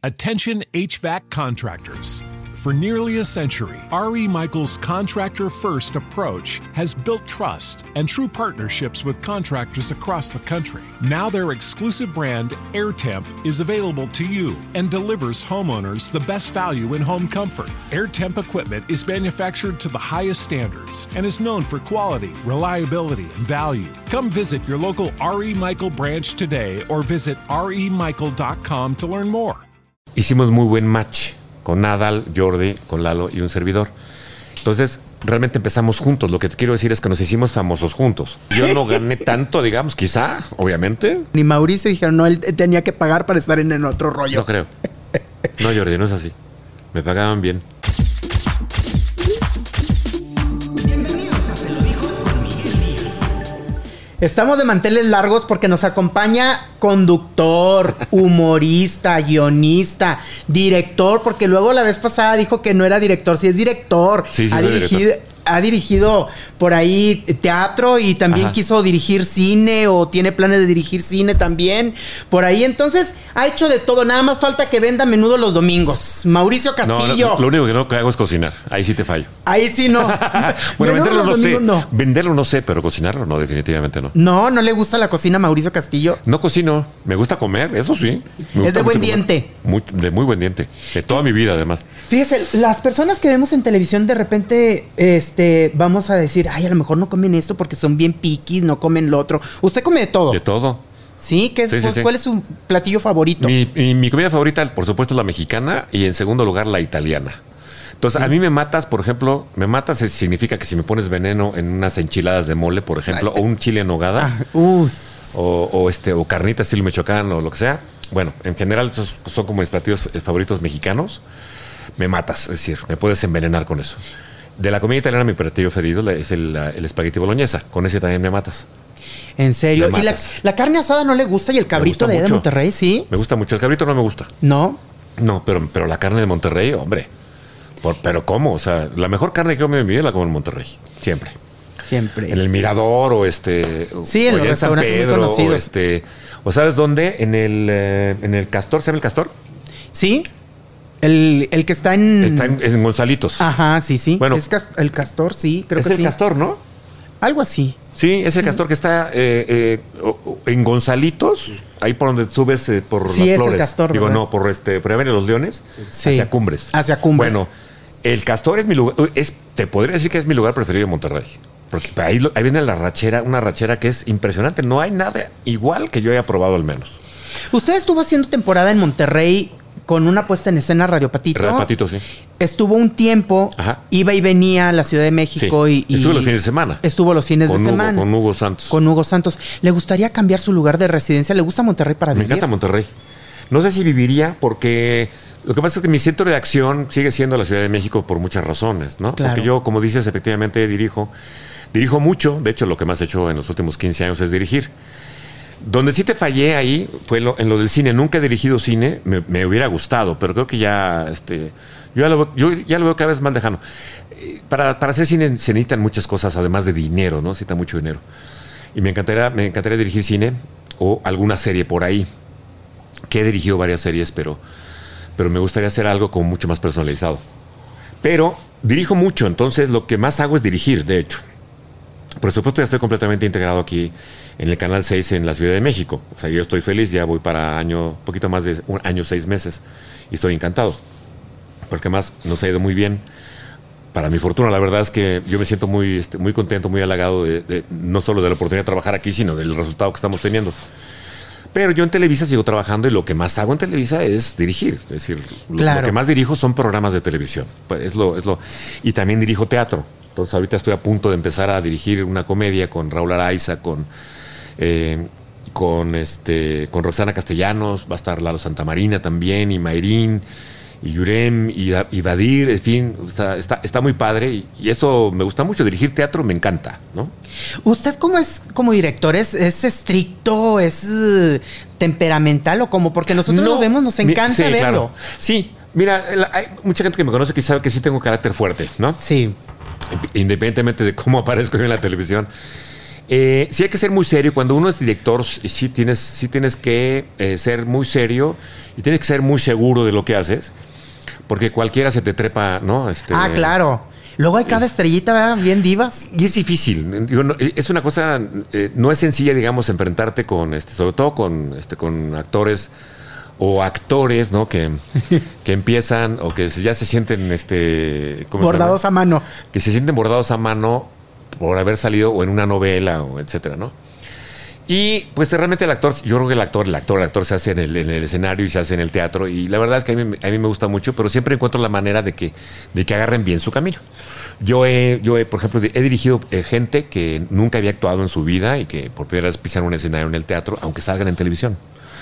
Attention HVAC contractors. For nearly a century, R.E. Michaels' contractor-first approach has built trust and true partnerships with contractors across the country. Now their exclusive brand, AirTemp, is available to you and delivers homeowners the best value in home comfort. AirTemp equipment is manufactured to the highest standards and is known for quality, reliability, and value. Come visit your local R.E. Michael branch today or visit remichael.com to learn more. Hicimos muy buen match con Nadal, Jordi, con Lalo y un servidor. Entonces, realmente empezamos juntos. Lo que te quiero decir es que nos hicimos famosos juntos. Yo no gané tanto, digamos, quizá, obviamente. Ni Mauricio dijeron, no, él tenía que pagar para estar en el otro rollo. No creo. No, Jordi, no es así. Me pagaban bien. Estamos de manteles largos porque nos acompaña conductor, humorista, guionista, director, porque luego la vez pasada dijo que no era director, sí es director. Sí, Ha dirigido por ahí teatro y también quiso dirigir cine o tiene planes de dirigir cine también por ahí. Entonces ha hecho de todo. Nada más falta que venda menudo los domingos. Mauricio Castillo. No, lo único que no hago es cocinar. Ahí sí te fallo. Ahí sí no. Bueno, venderlo no sé. No. Venderlo no sé, pero cocinarlo no, definitivamente no. No le gusta la cocina a Mauricio Castillo. No cocino. Me gusta comer, eso sí. Es de buen diente. De muy buen diente. De toda mi vida, además. Fíjese, las personas que vemos en televisión de repente, vamos a decir, ay, a lo mejor no comen esto porque son bien piquis, no comen lo otro. ¿Usted come de todo? De todo. ¿Sí? ¿Cuál es su platillo favorito? Mi comida favorita, por supuesto, es la mexicana y en segundo lugar la italiana. Entonces, a mí me matas, por ejemplo, significa que si me pones veneno en unas enchiladas de mole, por ejemplo, o un chile en nogada, o carnitas estilo Michoacán o lo que sea. Bueno, en general son como mis platillos favoritos mexicanos. Me matas, es decir, me puedes envenenar con eso. De la comida italiana, mi platillo preferido es el espagueti boloñesa. Con ese también me matas. ¿En serio? ¿Y la carne asada no le gusta? ¿Y el cabrito de Monterrey, sí? Me gusta mucho. El cabrito no me gusta. ¿No? No, pero la carne de Monterrey, hombre. Pero ¿cómo? O sea, la mejor carne que como en mi vida la como en Monterrey. Siempre. Siempre. En el Mirador o sí, en los en San Pedro, muy conocidos. O ¿sabes dónde? En el Castor. ¿Se llama el Castor? Sí. El que está en Gonzalitos. Ajá, sí. Bueno, es el Castor, sí, creo que sí. Es el Castor, ¿no? Algo así. Sí, es el Castor que está en Gonzalitos, ahí por donde subes por las Flores. Sí, es el Castor. Digo, ¿verdad? No, por Avenida Los Leones, sí. Hacia Cumbres. Bueno, el Castor es mi lugar, te podría decir que es mi lugar preferido de Monterrey. Porque ahí viene la rachera, una rachera que es impresionante. No hay nada igual que yo haya probado al menos. Usted estuvo haciendo temporada en Monterrey con una puesta en escena Radio Patito. Radio Patito, sí. Estuvo un tiempo, iba y venía a la Ciudad de México. Sí. Estuvo los fines de semana. Estuvo los fines de semana. Con Hugo Santos. Con Hugo Santos. ¿Le gustaría cambiar su lugar de residencia? ¿Le gusta Monterrey para vivir? Me encanta Monterrey. No sé si viviría porque lo que pasa es que mi centro de acción sigue siendo la Ciudad de México por muchas razones, ¿no? Claro. Porque yo, como dices, efectivamente dirijo mucho. De hecho, lo que más he hecho en los últimos 15 años es dirigir. Donde sí te fallé ahí fue en lo del cine. Nunca he dirigido cine, me hubiera gustado, pero creo que ya yo ya lo veo cada vez más lejano. Para hacer cine se necesitan muchas cosas, además de dinero, ¿no? Se necesita mucho dinero. Y me encantaría dirigir cine o alguna serie por ahí. Que he dirigido varias series, pero me gustaría hacer algo como mucho más personalizado. Pero dirijo mucho, entonces lo que más hago es dirigir, de hecho. Por supuesto, ya estoy completamente integrado aquí en el Canal 6 en la Ciudad de México. O sea, yo estoy feliz, ya voy para poquito más de un año, 6 meses. Y estoy encantado. Porque más nos ha ido muy bien. Para mi fortuna, la verdad es que yo me siento muy contento, muy halagado no solo de la oportunidad de trabajar aquí, sino del resultado que estamos teniendo. Pero yo en Televisa sigo trabajando y lo que más hago en Televisa es dirigir. Es decir, claro. Lo que más dirijo son programas de televisión. Pues y también dirijo teatro. Entonces ahorita estoy a punto de empezar a dirigir una comedia con Raúl Araiza, con Roxana Castellanos, va a estar Lalo Santamarina también, y Mayrín, y Yurem, y Badir, en fin, está muy padre y eso me gusta mucho. Dirigir teatro me encanta, ¿no? ¿Usted cómo es como director? ¿Es estricto? ¿Es temperamental o cómo? Porque nosotros lo vemos, nos encanta verlo. Claro. Sí, mira, hay mucha gente que me conoce que sabe que sí tengo carácter fuerte, ¿no? Sí. Independientemente de cómo aparezco yo en la televisión. Sí hay que ser muy serio. Cuando uno es director, sí tienes que ser muy serio y tienes que ser muy seguro de lo que haces, porque cualquiera se te trepa, ¿no? Claro. Luego hay cada estrellita, ¿verdad? Bien divas. Y es difícil. Es una cosa, no es sencilla, digamos, enfrentarte con, sobre todo con actores o actores, ¿no? Que empiezan o que ya se sienten, ¿cómo bordados se llama? a mano. Que se sienten bordados a mano por haber salido o en una novela o etcétera, ¿no? Y pues realmente yo creo que el actor se hace en el escenario y se hace en el teatro, y la verdad es que a mí me gusta mucho, pero siempre encuentro la manera de que agarren bien su camino. Yo por ejemplo, he dirigido gente que nunca había actuado en su vida y que por primera vez pisan un escenario en el teatro, aunque salgan en televisión.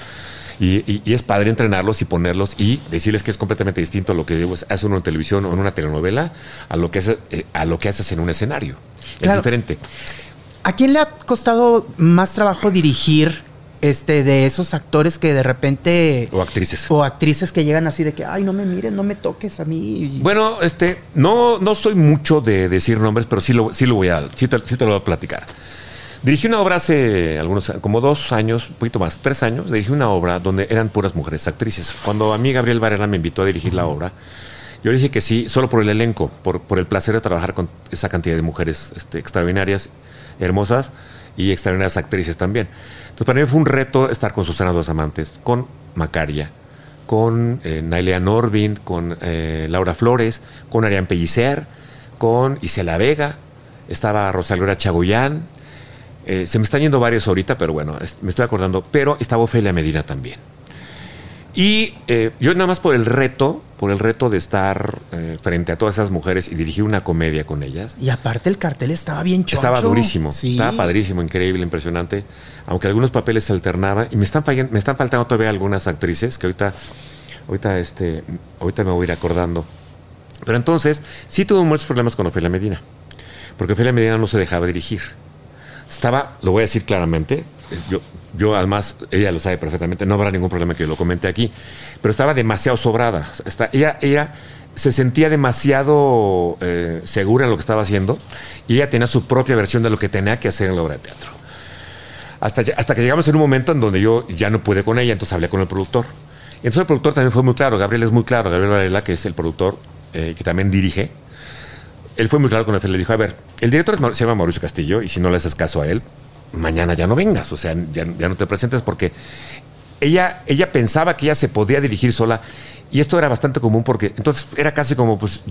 Y es padre entrenarlos y ponerlos y decirles que es completamente distinto a lo que hace uno en televisión o en una telenovela a lo que haces en un escenario. Claro. Es diferente. ¿A quién le ha costado más trabajo dirigir de esos actores que de repente... O actrices. O actrices que llegan así de que, ay, no me mires, no me toques a mí. Bueno, no soy mucho de decir nombres, pero sí te lo voy a platicar. Dirigí una obra hace como 2 años, un poquito más, 3 años, dirigí una obra donde eran puras mujeres actrices. Cuando a mí Gabriel Varela me invitó a dirigir la obra, yo dije que sí, solo por el elenco, por el placer de trabajar con esa cantidad de mujeres extraordinarias, hermosas y extraordinarias actrices también. Entonces para mí fue un reto estar con Susana Dos Amantes, con Macaria, con Nailea Norvin, con Laura Flores, con Arián Pellicer, con Isela Vega, estaba Rosa Gloria Chagoyán. Se me están yendo varios ahorita, pero bueno, me estoy acordando. Pero estaba Ofelia Medina también. Y yo nada más por el reto de estar frente a todas esas mujeres y dirigir una comedia con ellas. Y aparte el cartel estaba bien choncho. Estaba durísimo, sí. Estaba padrísimo, increíble, impresionante. Aunque algunos papeles se alternaban. Y me están faltando todavía algunas actrices que ahorita me voy a ir acordando. Pero entonces, sí tuve muchos problemas con Ofelia Medina. Porque Ofelia Medina no se dejaba dirigir. Lo voy a decir claramente, yo además, ella lo sabe perfectamente, no habrá ningún problema que lo comente aquí, pero estaba demasiado sobrada. Ella se sentía demasiado segura en lo que estaba haciendo, y ella tenía su propia versión de lo que tenía que hacer en la obra de teatro. Hasta que llegamos en un momento en donde yo ya no pude con ella, entonces hablé con el productor. Y entonces el productor también fue muy claro, Gabriel es muy claro, Gabriel Varela, que es el productor, que también dirige. Él fue muy claro con él, le dijo, a ver, el director se llama Mauricio Castillo, y si no le haces caso a él, mañana ya no vengas, o sea, ya no te presentes, porque ella pensaba que ella se podía dirigir sola, y esto era bastante común, porque entonces era casi como, pues,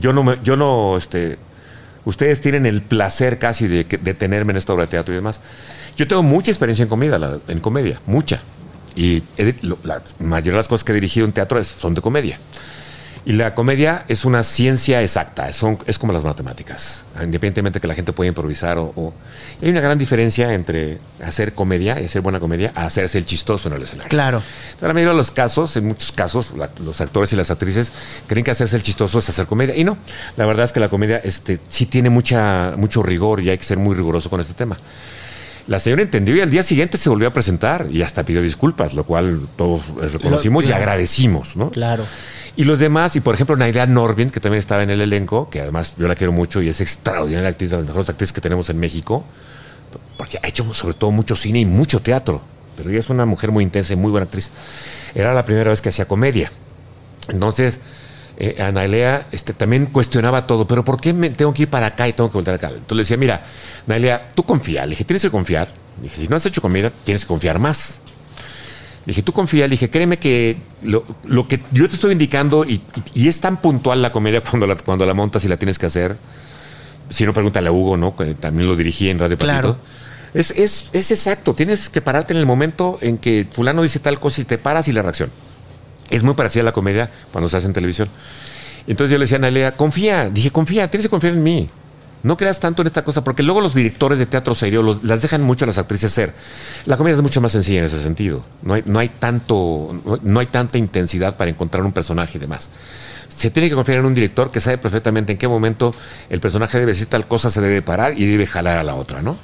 ustedes tienen el placer casi de tenerme en esta obra de teatro y demás. Yo tengo mucha experiencia en comedia, mucha, y la mayoría de las cosas que he dirigido en teatro son de comedia. Y la comedia es una ciencia exacta, es como las matemáticas, independientemente que la gente pueda improvisar hay una gran diferencia entre hacer comedia y hacer buena comedia a hacerse el chistoso en el escenario. Claro. Entonces, la mayoría de los casos, en muchos casos, los actores y las actrices creen que hacerse el chistoso es hacer comedia, y no. La verdad es que la comedia sí tiene mucho rigor, y hay que ser muy riguroso con este tema. La señora entendió, y al día siguiente se volvió a presentar y hasta pidió disculpas, lo cual todos reconocimos y agradecimos, ¿no? Claro. Y los demás, y por ejemplo Nailea Norvin, que también estaba en el elenco, que además yo la quiero mucho y es extraordinaria actriz, de las mejores actrices que tenemos en México, porque ha hecho sobre todo mucho cine y mucho teatro, pero ella es una mujer muy intensa y muy buena actriz. Era la primera vez que hacía comedia. Entonces, a Nailea también cuestionaba todo, pero ¿por qué me tengo que ir para acá y tengo que volver acá? Entonces le decía, mira, Nailea, tú confía. Le dije, tienes que confiar. Le dije, si no has hecho comedia, tienes que confiar más. Le dije, tú confía. Le dije, créeme que lo que yo te estoy indicando, y es tan puntual la comedia cuando la montas y la tienes que hacer. Si no, pregúntale a Hugo, ¿no? Que también lo dirigí en Radio Claro. Patito. Es exacto. Tienes que pararte en el momento en que fulano dice tal cosa y te paras y la reacción. Es muy parecida a la comedia cuando se hace en televisión. Entonces yo le decía a Nailea, confía. Dije, confía, tienes que confiar en mí. No creas tanto en esta cosa, porque luego los directores de teatro serio las dejan mucho a las actrices ser. La comedia es mucho más sencilla en ese sentido. No hay tanta intensidad para encontrar un personaje y demás. Se tiene que confiar en un director que sabe perfectamente en qué momento el personaje debe decir tal cosa, se debe parar y debe jalar a la otra, ¿no?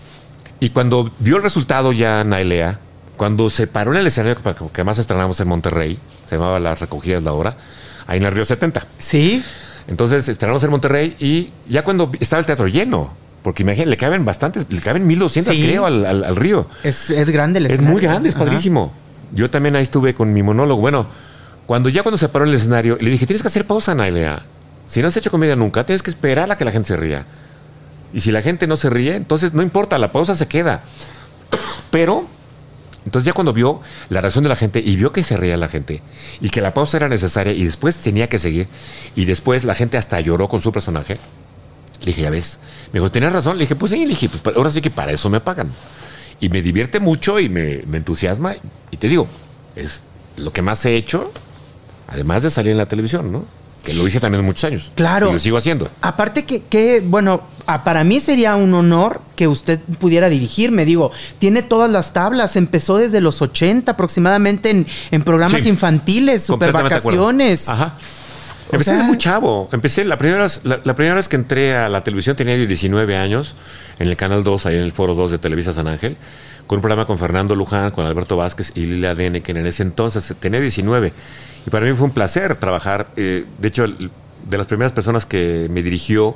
Y cuando vio el resultado ya Nailea, cuando se paró en el escenario, que además estrenamos en Monterrey, se llamaba Las Recogidas la Hora, ahí en el Río 70. ¿Sí? Entonces estrenamos en Monterrey, y ya cuando estaba el teatro lleno, Porque imagínate, le caben bastantes, le caben 1,200, Sí. creo, al río. Es grande el Es escenario. muy grande, es Ajá. padrísimo. Yo también ahí estuve con mi monólogo. Bueno, cuando se paró en el escenario, le dije, tienes que hacer pausa, Nailea. Si no has hecho comedia nunca, tienes que esperar a que la gente se ría. Y si la gente no se ríe, entonces no importa, la pausa se queda. Pero, entonces ya cuando vio la reacción de la gente y vio que se reía la gente y que la pausa era necesaria y después tenía que seguir y después la gente hasta lloró con su personaje, le dije, ya ves. Me dijo, ¿tenías razón? Le dije, pues sí. Le dije, pues ahora sí que para eso me pagan. Y me divierte mucho y me entusiasma. Y te digo, es lo que más he hecho, además de salir en la televisión, ¿no? Que lo hice también muchos años. Claro. Y lo sigo haciendo. Aparte bueno, para mí sería un honor que usted pudiera dirigirme. Digo, tiene todas las tablas. Empezó desde los 80 aproximadamente en programas Sí, infantiles, super completamente de acuerdo. vacaciones. Ajá. O Empecé sea, de muy chavo. Empecé la primera vez que entré a la televisión tenía 19 años en el Canal 2, ahí en el Foro 2 de Televisa San Ángel, con un programa con Fernando Luján, con Alberto Vázquez y Lilia Dene, que en ese entonces tenía 19. Y para mí fue un placer trabajar. De hecho, de las primeras personas que me dirigió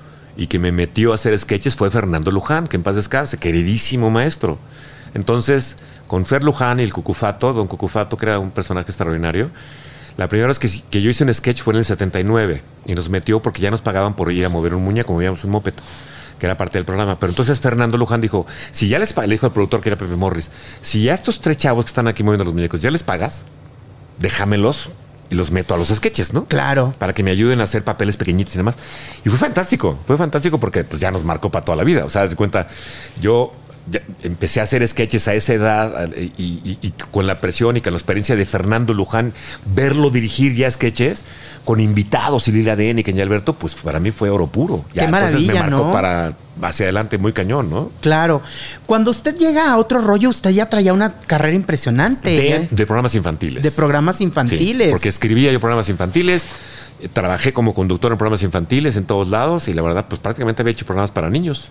y que me metió a hacer sketches fue Fernando Luján, que en paz descanse, queridísimo maestro. Entonces, con Fer Luján y el Cucufato, don Cucufato, que era un personaje extraordinario, la primera vez que yo hice un sketch fue en el 79 y nos metió porque ya nos pagaban por ir a mover un muñeco, movíamos un moped, que era parte del programa. Pero entonces Fernando Luján dijo, si ya le dijo al productor, que era Pepe Morris, si ya estos 3 chavos que están aquí moviendo los muñecos, ya les pagas, déjamelos y los meto a los sketches, ¿no? Claro. Para que me ayuden a hacer papeles pequeñitos y demás. Y fue fantástico porque pues ya nos marcó para toda la vida. O sea, haz de cuenta, yo ya empecé a hacer sketches a esa edad y con la presión y con la experiencia de Fernando Luján, verlo dirigir ya sketches con invitados y Lilia Dene y Kenia Alberto, pues para mí fue oro puro. Ya, Qué maravilla, entonces me marcó ¿no? para hacia adelante muy cañón, ¿no? Claro. Cuando usted llega a Otro Rollo, usted ya traía una carrera impresionante. De programas infantiles. De programas infantiles. Sí, porque escribía yo programas infantiles, trabajé como conductor en programas infantiles en todos lados y la verdad, pues prácticamente había hecho programas para niños.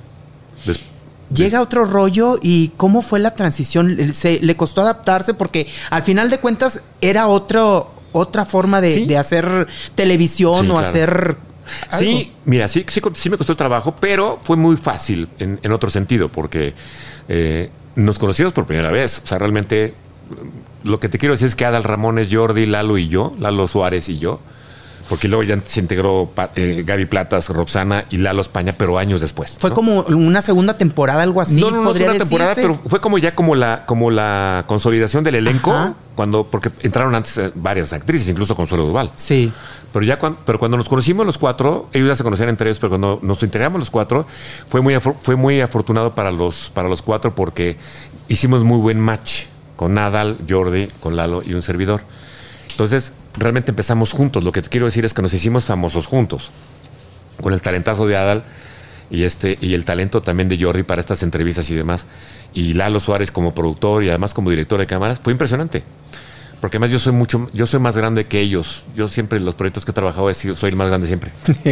Llega Otro Rollo y ¿cómo fue la transición? ¿Le costó adaptarse? Porque al final de cuentas era otra forma de hacer televisión Sí, o claro. hacer algo. Sí, mira, sí me costó el trabajo, pero fue muy fácil en otro sentido, porque nos conocimos por primera vez. O sea, realmente lo que te quiero decir es que Adal Ramones, Jordi, Lalo y yo, Lalo Suárez y yo, porque luego ya se integró Gaby Platas, Roxana y Lalo España, pero años después. Fue ¿no? como una segunda temporada, algo así. No fue podría una temporada, decirse. pero fue como la consolidación del elenco, Ajá. porque entraron antes varias actrices, incluso Consuelo Duval. Sí. Pero cuando nos conocimos los 4, ellos ya se conocían entre ellos, pero cuando nos integramos los 4, fue muy afortunado para los 4 porque hicimos muy buen match con Nadal, Jordi, con Lalo y un servidor. Entonces, realmente empezamos juntos. Lo que te quiero decir es que nos hicimos famosos juntos, con el talentazo de Adal y el talento también de Jordi para estas entrevistas y demás. Y Lalo Suárez como productor y además como director de cámaras, fue impresionante. Porque además yo soy más grande que ellos. Yo siempre en los proyectos que he trabajado soy el más grande siempre.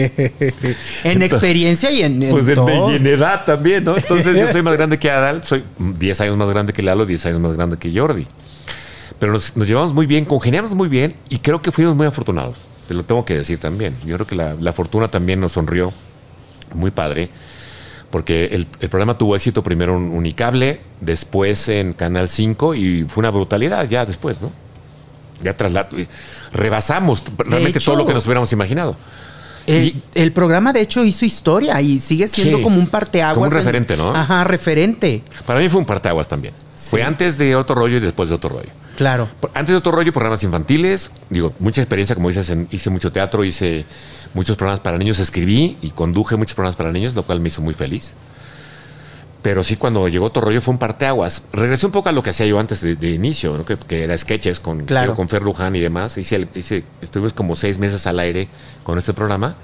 En experiencia y en Pues todo. y en edad también, ¿no? Entonces yo soy más grande que Adal, soy 10 años más grande que Lalo, 10 años más grande que Jordi. Pero nos llevamos muy bien, congeniamos muy bien y creo que fuimos muy afortunados. Te lo tengo que decir también. Yo creo que la fortuna también nos sonrió muy padre. Porque el programa tuvo éxito primero en Unicable, después en Canal 5 y fue una brutalidad ya después, ¿no? Ya rebasamos realmente hecho, todo lo que nos hubiéramos imaginado. El programa, de hecho, hizo historia y sigue siendo Sí, como un parteaguas. como un referente, ¿no? Ajá, referente. Para mí fue un parteaguas también. Sí. Fue antes de Otro Rollo y después de Otro Rollo. Claro. Antes de Otro Rollo, programas infantiles. Digo, mucha experiencia, como dices, hice mucho teatro, hice muchos programas para niños, escribí y conduje muchos programas para niños, lo cual me hizo muy feliz. Pero sí, cuando llegó Otro Rollo fue un parteaguas. Regresé un poco a lo que hacía yo antes de inicio, ¿no? que era sketches con Fer Luján y demás. Estuvimos como 6 meses al aire con este programa.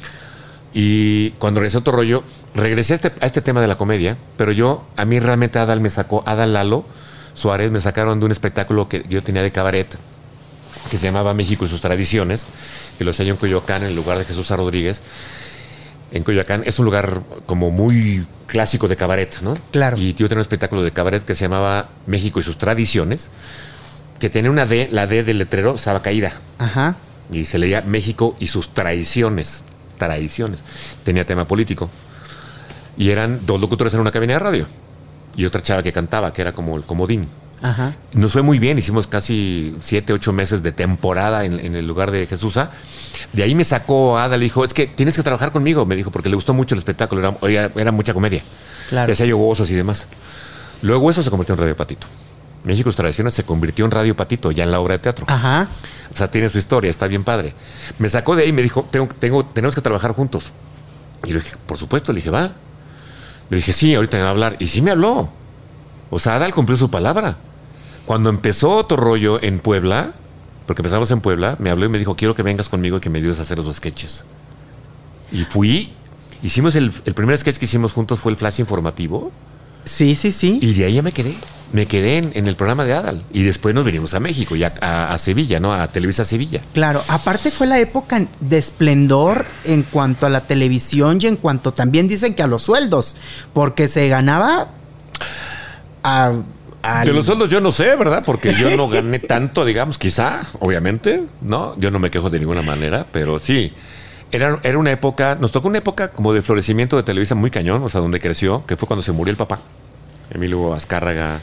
Y cuando regresé a Otro Rollo, regresé a este tema de la comedia, pero a mí realmente Adal Lalo Suárez me sacaron de un espectáculo que yo tenía de cabaret, que se llamaba México y sus tradiciones, que lo hacía yo en Coyoacán, en el lugar de Jesús Rodríguez. En Coyoacán es un lugar como muy clásico de cabaret, ¿no? Claro. Y yo tenía un espectáculo de cabaret que se llamaba México y sus tradiciones, que tenía una D, la D del letrero estaba caída. Ajá. Y se leía México y sus traiciones. Tenía tema político. Y eran 2 locutores en una cabina de radio. Y otra chava que cantaba, que era como el comodín. Ajá. Nos fue muy bien, hicimos casi 7, 8 meses de temporada en el lugar de Jesusa. De ahí me sacó Ada, le dijo, es que tienes que trabajar conmigo, me dijo, porque le gustó mucho el espectáculo, era mucha comedia. Claro. Hacía yo gozos y demás. Luego eso se convirtió en Radio Patito. México's Tradiciones se convirtió en Radio Patito, ya en la obra de teatro. Ajá. O sea, tiene su historia, está bien padre. Me sacó de ahí y me dijo, tenemos que trabajar juntos. Y le dije, por supuesto, le dije, va. Le dije, sí, ahorita me va a hablar. Y sí me habló. O sea, Adal cumplió su palabra. Cuando empezó Otro Rollo en Puebla, porque empezamos en Puebla, me habló y me dijo, quiero que vengas conmigo y que me ayudes a hacer los sketches. Y fui, hicimos el primer sketch que hicimos juntos fue el flash informativo. Sí, sí, sí. Y de ahí ya me quedé. Me quedé en el programa de Adal. Y después nos vinimos a México, ya a Sevilla, ¿no? A Televisa Sevilla. Claro, aparte fue la época de esplendor en cuanto a la televisión y en cuanto también dicen que a los sueldos, porque se ganaba De los sueldos yo no sé, ¿verdad? Porque yo no gané tanto, digamos, quizá, obviamente, ¿no? Yo no me quejo de ninguna manera, pero sí. Era una época, nos tocó una época como de florecimiento de Televisa muy cañón, o sea, donde creció, que fue cuando se murió el papá, Emilio Azcárraga.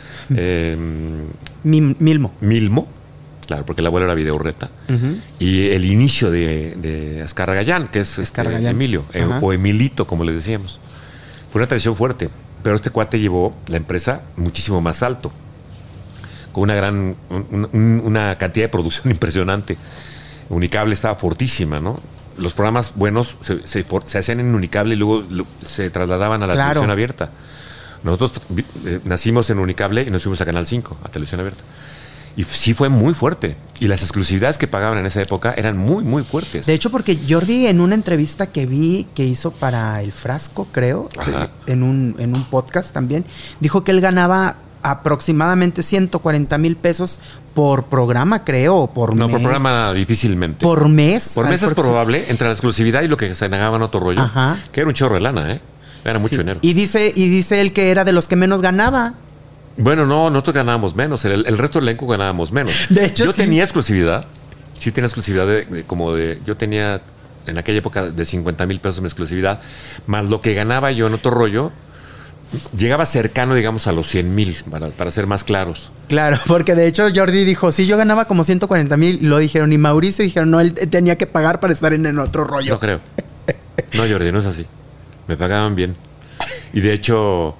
Milmo, claro, porque el abuelo era Videurreta. Uh-huh. Y el inicio de Azcárragayán, que es Emilio, o Emilito, como le decíamos. Fue una tradición fuerte, pero este cuate llevó la empresa muchísimo más alto, con una cantidad de producción impresionante. Unicable estaba fortísima, ¿no? Los programas buenos se hacían en Unicable y luego se trasladaban a la televisión abierta. Nosotros nacimos en Unicable y nos fuimos a Canal 5, a Televisión Abierta. Y sí fue muy fuerte. Y las exclusividades que pagaban en esa época eran muy, muy fuertes. De hecho, porque Jordi, en una entrevista que vi que hizo para El Frasco, creo, en un podcast también, dijo que él ganaba aproximadamente 140,000 pesos por programa, creo, o por mes. No, por programa difícilmente. ¿Por mes? Por mes es probable, entre la exclusividad y lo que se negaban Otro Rollo, Ajá. que era un chorro de lana, ¿eh? Era mucho dinero. Y dice él que era de los que menos ganaba. Bueno, no, nosotros ganábamos menos. El resto del elenco ganábamos menos. De hecho, yo tenía exclusividad. Sí tenía exclusividad yo tenía en aquella época de 50,000 pesos en exclusividad, más lo que ganaba yo en Otro Rollo, llegaba cercano, digamos, a los 100,000, para ser más claros. Claro, porque de hecho Jordi dijo, sí, yo ganaba como 140,000, lo dijeron, y Mauricio dijeron, no, él tenía que pagar para estar en Otro Rollo. No creo. No, Jordi, no es así. Me pagaban bien. Y de hecho,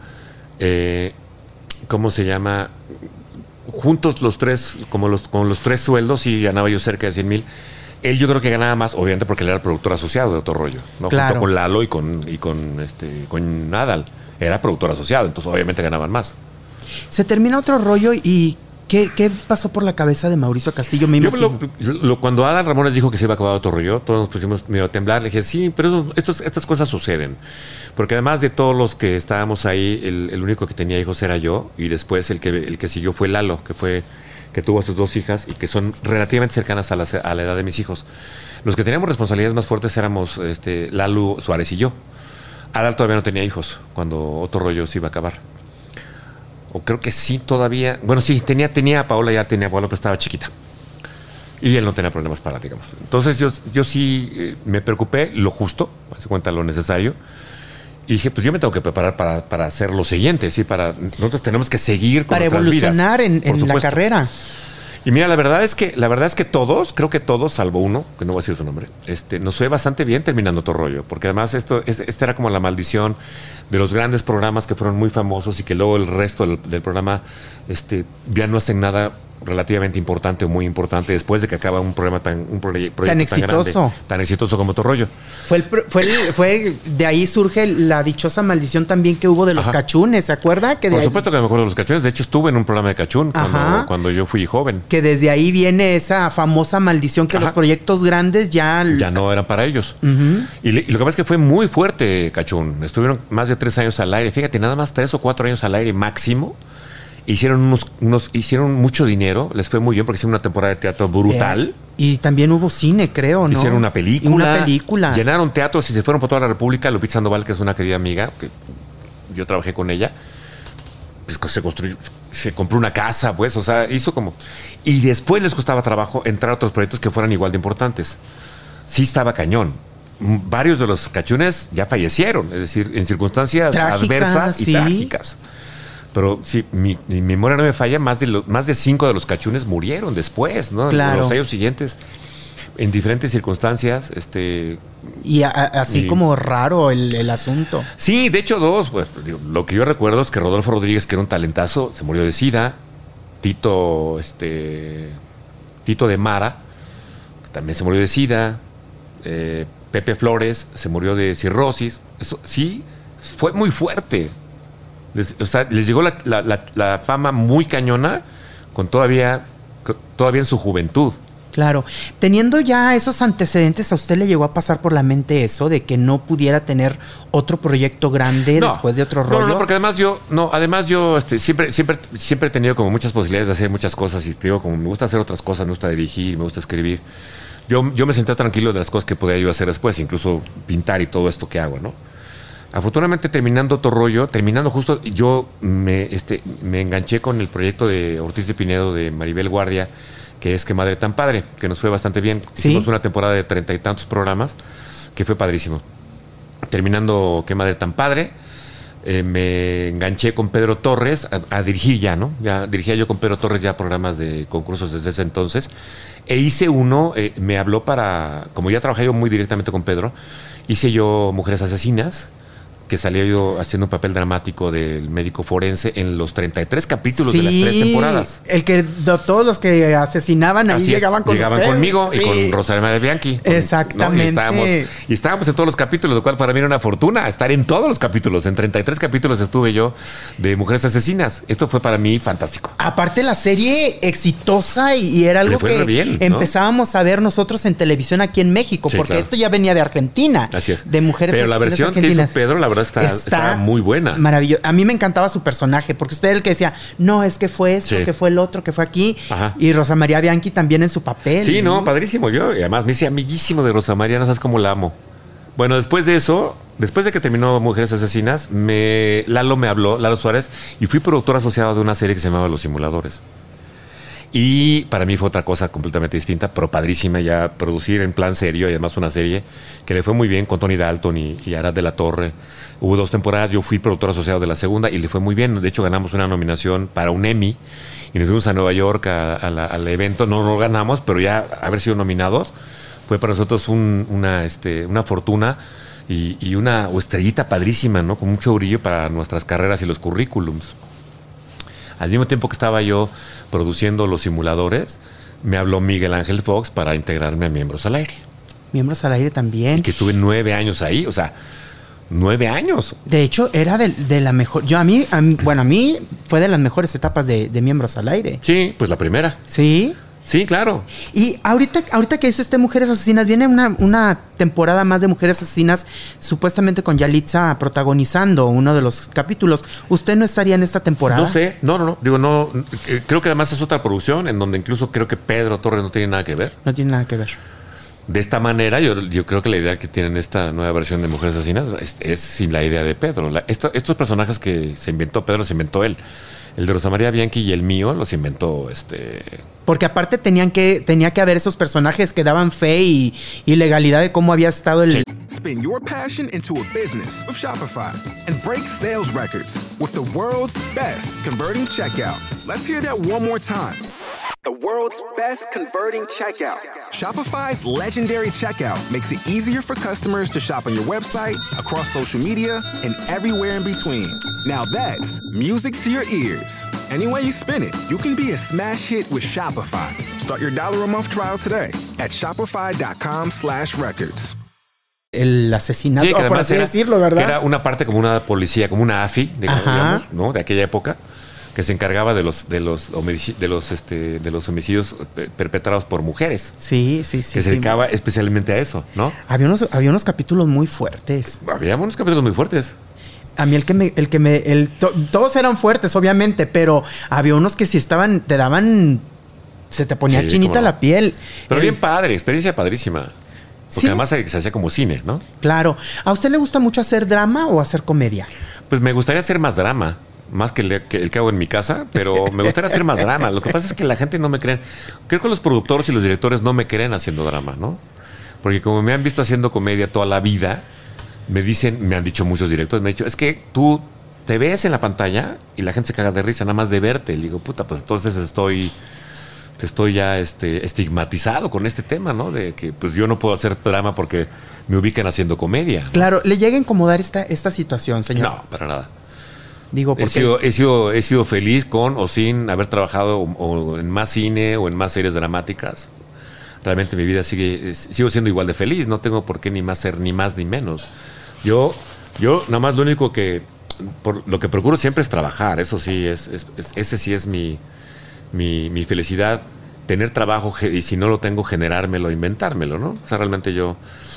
¿cómo se llama? Juntos los tres, con los tres sueldos, y ganaba yo cerca de 100,000. Él yo creo que ganaba más, obviamente porque él era el productor asociado de Otro Rollo, ¿no? Claro. Junto con Lalo y con Nadal. Era productor asociado, entonces obviamente ganaban más. Se termina Otro Rollo y ¿qué pasó por la cabeza de Mauricio Castillo? Me imagino. Cuando Adal Ramones dijo que se iba a acabar Otro Rollo, todos nos pusimos medio a temblar. Le dije, sí, pero estas cosas suceden. Porque además de todos los que estábamos ahí, el único que tenía hijos era yo, y después el que siguió fue Lalo, que tuvo a sus 2 hijas y que son relativamente cercanas a la edad de mis hijos. Los que teníamos responsabilidades más fuertes éramos Lalo Suárez y yo. Adal todavía no tenía hijos cuando Otro Rollo se iba a acabar. O creo que sí todavía. Bueno, sí, tenía a Paola, ya tenía a Paola, pero estaba chiquita. Y él no tenía problemas para, digamos. Entonces yo sí me preocupé, lo justo, hace cuenta lo necesario. Y dije, pues yo me tengo que preparar para hacer lo siguiente, ¿sí? Nosotros tenemos que seguir con nuestras vidas. Para evolucionar en la carrera. Y mira, la verdad es que todos, creo que todos, salvo uno, que no voy a decir su nombre, nos fue bastante bien terminando Otro Rollo, porque además esta era como la maldición de los grandes programas que fueron muy famosos y que luego el resto del programa ya no hacen nada relativamente importante o muy importante después de que acaba un proyecto tan exitoso, grande, tan exitoso como Otro Rollo. Fue de ahí surge la dichosa maldición también que hubo de los cachunes, ¿se acuerda? Por supuesto que me acuerdo de los cachunes. De hecho, estuve en un programa de cachún cuando yo fui joven. Que desde ahí viene esa famosa maldición que los proyectos grandes ya no eran para ellos. Uh-huh. Y lo que pasa es que fue muy fuerte Cachún. Estuvieron más de 3 años al aire. Fíjate, nada más 3 o 4 años al aire máximo. Hicieron hicieron mucho dinero, les fue muy bien porque hicieron una temporada de teatro brutal. Y también hubo cine, creo, ¿no? Hicieron una película. Llenaron teatros y se fueron por toda la República. Lupita Sandoval, que es una querida amiga, que yo trabajé con ella, pues se compró una casa, pues, o sea, hizo como... Y después les costaba trabajo entrar a otros proyectos que fueran igual de importantes. Sí estaba cañón. varios de los cachunes ya fallecieron, es decir, en circunstancias adversas y trágicas. Pero sí, mi memoria no me falla, más de 5 de los cachunes murieron después, ¿no? Claro. En los años siguientes, en diferentes circunstancias. Así como raro el asunto. Sí, de hecho 2, pues lo que yo recuerdo es que Rodolfo Rodríguez, que era un talentazo, se murió de SIDA. Tito de Mara, que también se murió de SIDA. Pepe Flores se murió de cirrosis. Eso sí, fue muy fuerte. Les llegó la fama muy cañona con todavía en su juventud. Claro. Teniendo ya esos antecedentes, ¿a usted le llegó a pasar por la mente eso de que no pudiera tener otro proyecto grande después de otro rollo? No, porque además yo siempre he tenido como muchas posibilidades de hacer muchas cosas y te digo, como me gusta hacer otras cosas, me gusta dirigir, me gusta escribir. Yo me sentía tranquilo de las cosas que podía yo hacer después, incluso pintar y todo esto que hago, ¿no? Afortunadamente, terminando justo, yo me enganché con el proyecto de Ortiz de Pinedo de Maribel Guardia, que es Qué Madre Tan Padre, que nos fue bastante bien. ¿Sí? Hicimos una temporada de 30 y tantos programas, que fue padrísimo. Terminando Qué Madre Tan Padre, me enganché con Pedro Torres a dirigir ya, ¿no? Ya dirigía yo con Pedro Torres ya programas de concursos desde ese entonces. E hice uno, me habló como ya trabajé yo muy directamente con Pedro, hice yo Mujeres Asesinas, que salía yo haciendo un papel dramático del médico forense en los 33 capítulos de las 3 temporadas. El que todos los que asesinaban ahí llegaban conmigo y con Rosa María Bianchi. Exactamente. ¿no? Y estábamos en todos los capítulos, lo cual para mí era una fortuna estar en todos los capítulos. En 33 capítulos estuve yo de Mujeres Asesinas. Esto fue para mí fantástico. Aparte la serie exitosa y era algo que bien, ¿no? empezábamos a ver nosotros en televisión aquí en México, porque claro, esto ya venía de Argentina. Así es. De Mujeres Pero Asesinas la versión argentinas. que hizo Pedro, la verdad, está muy buena. Maravilloso. A mí me encantaba su personaje, porque usted era el que decía, no, es que fue esto, que fue el otro, que fue aquí. Ajá. Y Rosa María Bianchi también en su papel. Sí, no, padrísimo. Y además me hice amiguísimo de Rosa María, no sabes cómo la amo. Bueno, después de eso, después de que terminó Mujeres Asesinas, Lalo me habló, Lalo Suárez, y fui productor asociado de una serie que se llamaba Los Simuladores. Y para mí fue otra cosa completamente distinta, pero padrísima ya producir en plan serio, y además una serie que le fue muy bien con Tony Dalton y Arad de la Torre. Hubo 2 temporadas, yo fui productor asociado de la segunda y le fue muy bien. De hecho, ganamos una nominación para un Emmy y nos fuimos a Nueva York al evento. No lo ganamos, pero ya haber sido nominados fue para nosotros una fortuna y una estrellita padrísima, ¿no? Con mucho brillo para nuestras carreras y los currículums. Al mismo tiempo que estaba yo produciendo Los Simuladores, me habló Miguel Ángel Fox para integrarme a Miembros al Aire. Miembros al Aire también. Y que estuve 9 años ahí, o sea, 9 años. De hecho, era de la mejor. A mí fue de las mejores etapas de Miembros al Aire. Sí, pues la primera. Sí. Sí, claro. Y ahorita que hizo Mujeres Asesinas, viene una temporada más de Mujeres Asesinas, supuestamente con Yalitza protagonizando uno de los capítulos. ¿Usted no estaría en esta temporada? No sé, no. Digo, no. Creo que además es otra producción en donde incluso creo que Pedro Torres no tiene nada que ver. No tiene nada que ver. De esta manera, yo creo que la idea que tienen esta nueva versión de Mujeres Asesinas es sin la idea de Pedro. Estos personajes que se inventó Pedro, los inventó él. El de Rosa María Bianchi y el mío los inventó Porque aparte tenía que haber esos personajes que daban fe y legalidad de cómo había estado el... Sí. Spin your passion into a business with Shopify and break sales records with the world's best converting checkout. Let's hear that one more time. The world's best converting checkout. Shopify's legendary checkout makes it easier for customers to shop on your website, across social media, and everywhere in between. Now that's music to your ears. Any way you spin it, you can be a smash hit with Shopify. Start your $1 a month trial today at shopify.com/records. El asesinato, sí, por así decirlo, ¿verdad? Que era una parte como una policía, como una AFI, digamos, ¿no? De aquella época, que se encargaba de los homicidios perpetrados por mujeres. Sí. Que se dedicaba especialmente a eso, ¿no? Había unos capítulos muy fuertes. Había unos capítulos muy fuertes. A mí todos eran fuertes, obviamente, pero había unos que si estaban, se te ponía chinita la piel. Pero bien padre, experiencia padrísima. Porque además se hacía como cine, ¿no? Claro. ¿A usted le gusta mucho hacer drama o hacer comedia? Pues me gustaría hacer más drama. Más que el que hago en mi casa, pero me gustaría hacer más drama. Lo que pasa es que la gente no me cree. Creo que los productores y los directores no me creen haciendo drama, ¿no? Porque como me han visto haciendo comedia toda la vida, me han dicho muchos directores, me han dicho, es que tú te ves en la pantalla y la gente se caga de risa nada más de verte. Le digo, puta, pues entonces estoy ya estigmatizado con este tema, ¿no? De que pues yo no puedo hacer drama porque me ubican haciendo comedia, ¿no? Claro, ¿le llega a incomodar esta situación, señor? No, para nada. Digo, porque He sido feliz con o sin haber trabajado o en más cine o en más series dramáticas. Realmente mi vida sigo siendo igual de feliz. No tengo por qué ni más ser ni más ni menos. Yo nada más lo único lo que procuro siempre es trabajar. Eso sí, ese sí es mi felicidad. Tener trabajo y si no lo tengo, generármelo, inventármelo, ¿no? O sea, realmente yo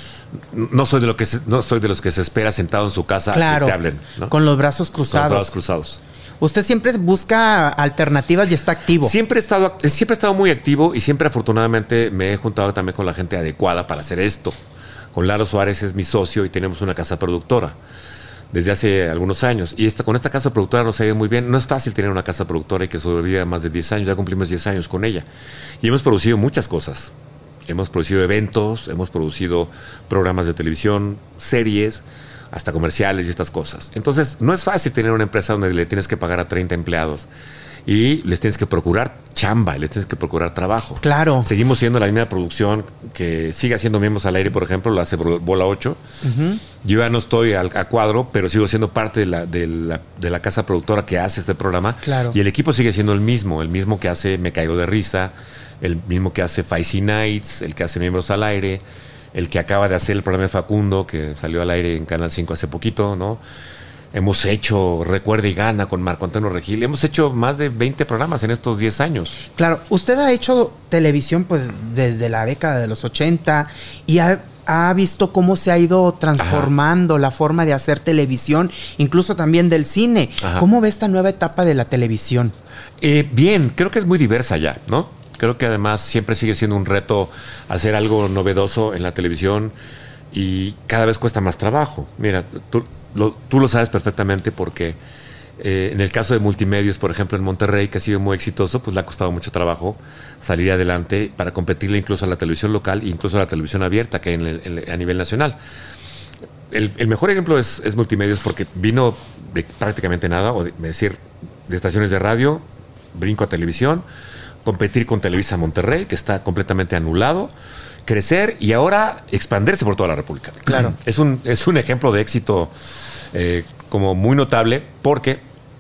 no soy de los que se espera sentado en su casa claro, y te hablen, ¿no? Con los brazos cruzados. Con los brazos cruzados. Usted siempre busca alternativas y está activo. Siempre he estado muy activo y siempre afortunadamente me he juntado también con la gente adecuada para hacer esto. Con Lalo Suárez es mi socio y tenemos una casa productora desde hace algunos años. Y con esta casa productora nos ha ido muy bien. No es fácil tener una casa productora y que sobreviva más de 10 años. Ya cumplimos 10 años con ella. Y hemos producido muchas cosas. Hemos producido eventos, hemos producido programas de televisión, series, hasta comerciales y estas cosas. Entonces, no es fácil tener una empresa donde le tienes que pagar a 30 empleados y les tienes que procurar chamba, les tienes que procurar trabajo. Claro. Seguimos siendo la misma producción que sigue haciendo Miembros al Aire, por ejemplo, lo hace Bola 8. Uh-huh. Yo ya no estoy a cuadro, pero sigo siendo parte de la casa productora que hace este programa. Claro. Y el equipo sigue siendo el mismo que hace Me Caigo de Risa, el mismo que hace Feisty Nights, el que hace Miembros al Aire, el que acaba de hacer el programa de Facundo, que salió al aire en Canal 5 hace poquito, ¿no? Hemos hecho Recuerda y Gana con Marco Antonio Regil. Hemos hecho más de 20 programas en estos 10 años. Claro, usted ha hecho televisión pues desde la década de los 80 y ha visto cómo se ha ido transformando la forma de hacer televisión, incluso también del cine. Ajá. ¿Cómo ve esta nueva etapa de la televisión? Bien, creo que es muy diversa ya, ¿no? Creo que además siempre sigue siendo un reto hacer algo novedoso en la televisión y cada vez cuesta más trabajo. Mira, tú lo sabes perfectamente porque en el caso de Multimedios, por ejemplo, en Monterrey, que ha sido muy exitoso, pues le ha costado mucho trabajo salir adelante para competirle incluso a la televisión local e incluso a la televisión abierta que hay a nivel nacional. El mejor ejemplo es Multimedios porque vino de prácticamente nada, de estaciones de radio, brinco a televisión, competir con Televisa Monterrey, que está completamente anulado, crecer y ahora expandirse por toda la República. Claro. Es un ejemplo de éxito como muy notable porque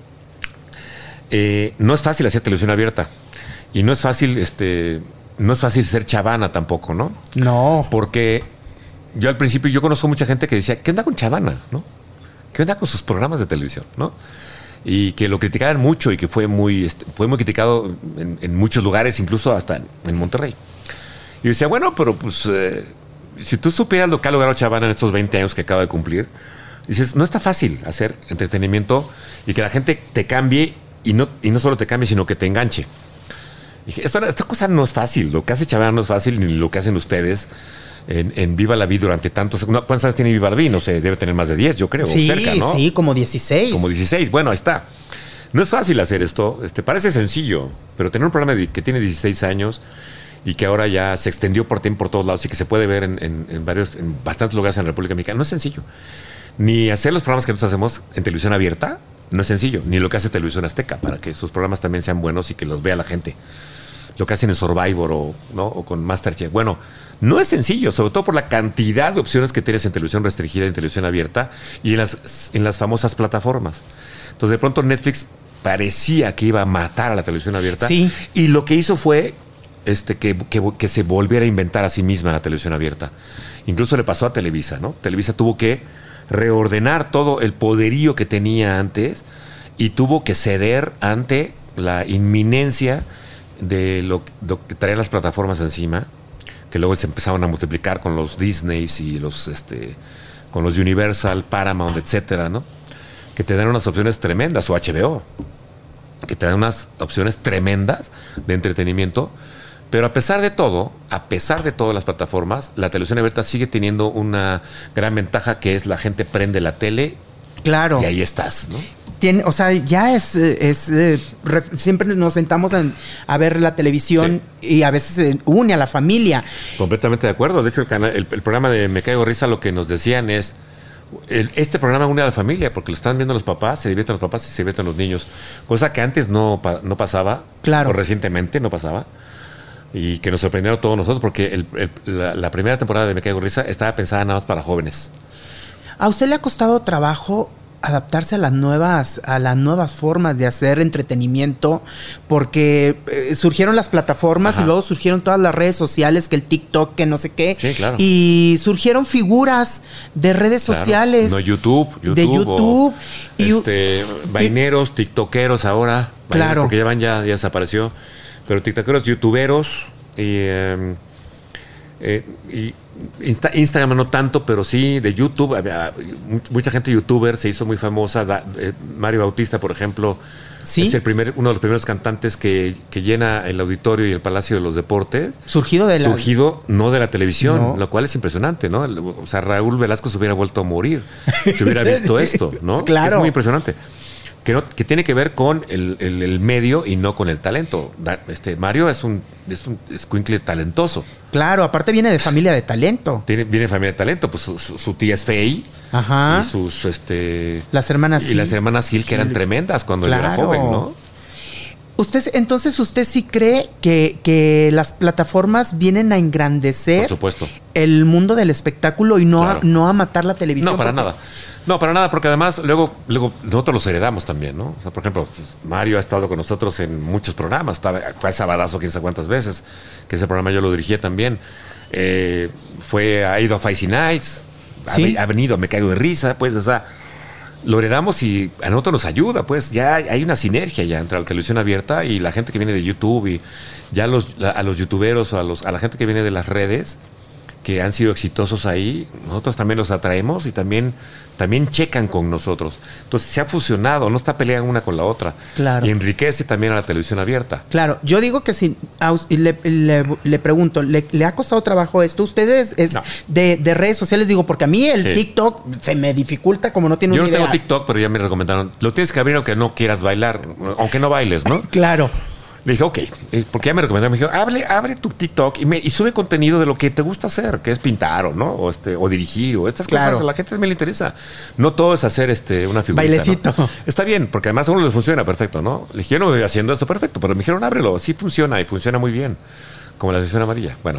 no es fácil hacer televisión abierta y no es fácil ser chavana tampoco, ¿no? No. Porque yo al principio conozco mucha gente que decía, ¿qué onda con Chavana? ¿No? ¿Qué onda con sus programas de televisión? ¿No? Y que lo criticaban mucho y que fue muy criticado en muchos lugares, incluso hasta en Monterrey. Y yo decía, bueno, pero pues si tú supieras lo que ha logrado Chavana en estos 20 años que acaba de cumplir, dices, no está fácil hacer entretenimiento y que la gente te cambie y no solo te cambie, sino que te enganche. Y dije, esta cosa no es fácil, lo que hace Chavana no es fácil, ni lo que hacen ustedes en Viva la Vida durante tantos... ¿Cuántos años tiene Viva la Vida? No sé, debe tener más de 10, yo creo, sí, cerca, ¿no? Sí, como 16. Como 16, bueno, ahí está. No es fácil hacer esto, parece sencillo, pero tener un programa que tiene 16 años y que ahora ya se extendió por todos lados y que se puede ver en bastantes lugares en la República Mexicana, no es sencillo. Ni hacer los programas que nosotros hacemos en televisión abierta, no es sencillo, ni lo que hace Televisión Azteca, para que sus programas también sean buenos y que los vea la gente. Lo que hacen en Survivor o con Masterchef. Bueno, no es sencillo, sobre todo por la cantidad de opciones que tienes en televisión restringida y en televisión abierta y en las famosas plataformas. Entonces, de pronto Netflix parecía que iba a matar a la televisión abierta. Sí. Y lo que hizo fue que se volviera a inventar a sí misma la televisión abierta. Incluso le pasó a Televisa, ¿no? Televisa tuvo que reordenar todo el poderío que tenía antes y tuvo que ceder ante la inminencia de lo que traían las plataformas encima, que luego se empezaban a multiplicar con los Disneys y con los Universal, Paramount, etcétera, ¿no? Que te dan unas opciones tremendas, o HBO, que te dan unas opciones tremendas de entretenimiento. Pero a pesar de todo las plataformas, la televisión abierta sigue teniendo una gran ventaja, que es la gente prende la tele. Claro. Y ahí estás, ¿no? O sea, ya siempre nos sentamos a ver la televisión y a veces se une a la familia. Completamente de acuerdo. De hecho, el programa de Me Caigo de Risa lo que nos decían es, este programa une a la familia porque lo están viendo los papás, se divierten los papás y se divierten los niños. Cosa que antes no pasaba, claro, o recientemente no pasaba. Y que nos sorprendieron todos nosotros porque la primera temporada de Me Caigo de Risa estaba pensada nada más para jóvenes. ¿A usted le ha costado trabajo adaptarse a las nuevas formas de hacer entretenimiento? Porque surgieron las plataformas, ajá, y luego surgieron todas las redes sociales, que el TikTok, que no sé qué. Sí, claro. Y surgieron figuras de redes sociales. No, YouTube. De YouTube. Vaineros, tiktokeros ahora. Claro. Porque ya desapareció. Pero tiktokeros, youtuberos y Instagram no tanto, pero sí de YouTube. Mucha gente youtuber se hizo muy famosa. Mario Bautista, por ejemplo, ¿sí? Es uno de los primeros cantantes que llena el auditorio y el Palacio de los Deportes. Surgido no de la televisión, no. Lo cual es impresionante, ¿no? O sea, Raúl Velasco se hubiera vuelto a morir si hubiera visto esto, ¿no? Claro. Es muy impresionante. Que tiene que ver con el medio y no con el talento. Mario es un escuincle talentoso. Claro, aparte viene de familia de talento. Viene de familia de talento, pues su tía es Fey. Ajá. Y sus las hermanas Gil. Y las hermanas Gil, que eran tremendas cuando claro. Él era joven, ¿no? Entonces usted sí cree que las plataformas vienen a engrandecer, por supuesto, el mundo del espectáculo y no, claro, no a matar la televisión. No, para nada. No, para nada, porque además luego nosotros los heredamos también, ¿no? O sea, por ejemplo, Mario ha estado con nosotros en muchos programas, fue a Sabadazo quién sabe cuántas veces, que ese programa yo lo dirigía también. Ha ido a Feisty Nights, ¿sí? Ha venido a Me Caigo de Risa, pues, o sea, lo heredamos y a nosotros nos ayuda, pues, ya hay una sinergia ya entre la televisión abierta y la gente que viene de YouTube y ya a los youtuberos o a la gente que viene de las redes, que han sido exitosos ahí, nosotros también los atraemos y también checan con nosotros. Entonces se ha fusionado, no está peleando una con la otra. Claro. Y enriquece también a la televisión abierta. Claro, yo digo que si le pregunto, ¿le ha costado trabajo esto? Ustedes no. de redes sociales, digo, porque a mí el TikTok se me dificulta como no tiene una idea. Yo no tengo TikTok, pero ya me recomendaron, lo tienes que abrir aunque no quieras bailar, aunque no bailes, ¿no? Claro. Le dije, ok, porque ya me recomendaron, me dijo, abre tu TikTok y sube contenido de lo que te gusta hacer, que es pintar o dirigir o estas claro. cosas, a la gente también le interesa. No todo es hacer una figurita, bailecito. ¿no? Está bien, porque además a uno les funciona perfecto, ¿no? Le dije, yo no me voy haciendo eso perfecto, pero me dijeron, ábrelo, sí funciona y funciona muy bien, como la sesión amarilla. Bueno,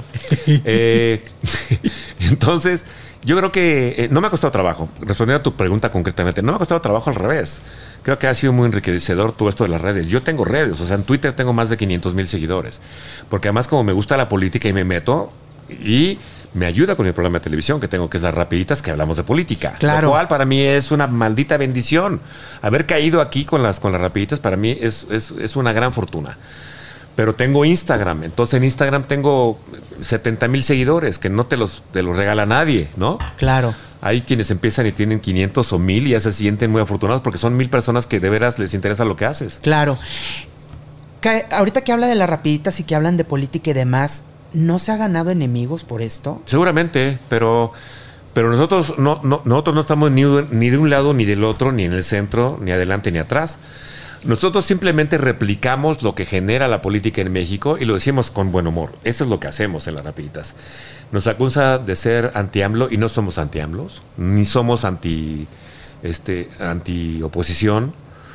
entonces, yo creo que no me ha costado trabajo, respondiendo a tu pregunta concretamente, no me ha costado trabajo, al revés. Creo que ha sido muy enriquecedor todo esto de las redes. Yo tengo redes, o sea, en Twitter tengo más de 500,000 seguidores. Porque además como me gusta la política y me meto y me ayuda con el programa de televisión que tengo, que es Las Rapiditas, que hablamos de política. Claro. Lo cual para mí es una maldita bendición. Haber caído aquí con las Rapiditas para mí es una gran fortuna. Pero tengo Instagram, entonces en Instagram tengo 70,000 seguidores, que no te los regala nadie, ¿no? Claro. Hay quienes empiezan y tienen 500 o 1,000 y ya se sienten muy afortunados porque son 1,000 personas que de veras les interesa lo que haces. Claro. Ahorita que habla de Las Rapiditas y que hablan de política y demás, ¿no se ha ganado enemigos por esto? Seguramente, pero nosotros no estamos ni de un lado ni del otro, ni en el centro, ni adelante ni atrás. Nosotros simplemente replicamos lo que genera la política en México y lo decimos con buen humor. Eso es lo que hacemos en Las Rapiditas. Nos acusa de ser anti-AMLO y no somos anti-AMLOs, ni somos anti-oposición.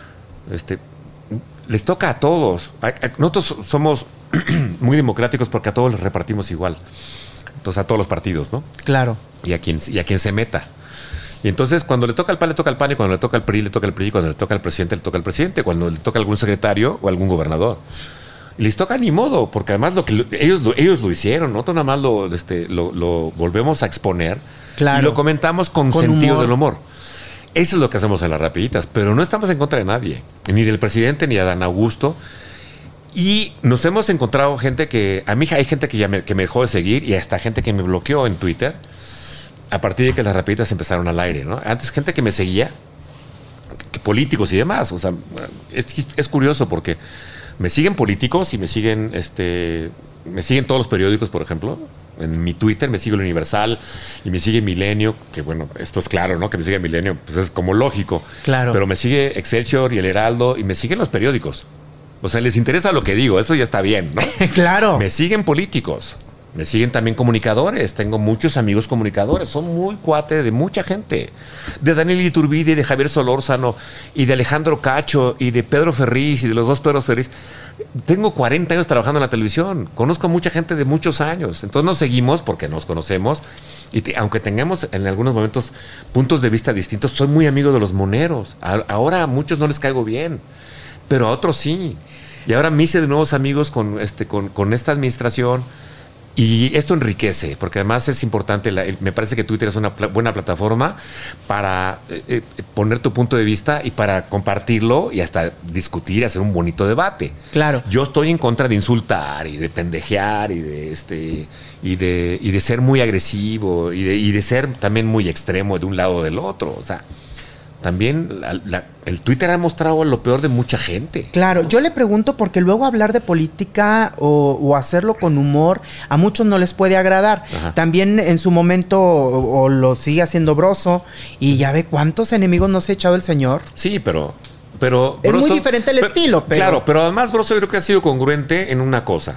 Les toca a todos. Nosotros somos muy democráticos porque a todos les repartimos igual. Entonces a todos los partidos, ¿no? Claro. Y a quien se meta. Y entonces cuando le toca al PAN, le toca al PAN, y cuando le toca al PRI, le toca al PRI, y cuando le toca al presidente, le toca al presidente, cuando le toca a algún secretario o algún gobernador. Y les toca ni modo, porque además ellos lo hicieron, nosotros nada más lo volvemos a exponer, claro, y lo comentamos con sentido del humor. Eso es lo que hacemos en Las Rapiditas, pero no estamos en contra de nadie, ni del presidente, ni de Adán Augusto. Y nos hemos encontrado gente que, a mí hay gente que me dejó de seguir y hasta gente que me bloqueó en Twitter a partir de que Las Rapiditas empezaron al aire, ¿no? Antes gente que me seguía, que políticos y demás. O sea, es curioso porque me siguen políticos y me siguen todos los periódicos, por ejemplo, En mi Twitter me sigue el Universal y me sigue Milenio, que bueno, esto es claro, ¿no? Que me sigue Milenio, pues es como lógico. Claro. Pero me sigue Excelsior y El Heraldo y me siguen los periódicos. O sea, les interesa lo que digo, eso ya está bien, ¿no? Claro. Me siguen políticos, me siguen también comunicadores. Tengo muchos amigos comunicadores, son muy cuates de mucha gente. De Daniel Iturbide, de Javier Solórzano, y de Alejandro Cacho, y de Pedro Ferriz, y de los dos Pedro Ferriz. Tengo 40 años trabajando en la televisión, conozco a mucha gente de muchos años. Entonces nos seguimos porque nos conocemos. Y aunque tengamos en algunos momentos puntos de vista distintos, soy muy amigo de los moneros. Ahora a muchos no les caigo bien, pero a otros sí. Y ahora me hice de nuevos amigos con esta administración. Y esto enriquece, porque además es importante, me parece que Twitter es una buena plataforma para poner tu punto de vista y para compartirlo y hasta discutir, hacer un bonito debate. Claro. Yo estoy en contra de insultar y de pendejear y de ser muy agresivo y de ser también muy extremo de un lado o del otro. O sea, también el Twitter ha mostrado lo peor de mucha gente. Claro, yo le pregunto porque luego hablar de política o hacerlo con humor a muchos no les puede agradar. Ajá. También en su momento o lo sigue haciendo Broso y ya ve cuántos enemigos nos ha echado el señor. Sí, pero es muy diferente el estilo, pero... Claro, pero además Broso yo creo que ha sido congruente en una cosa.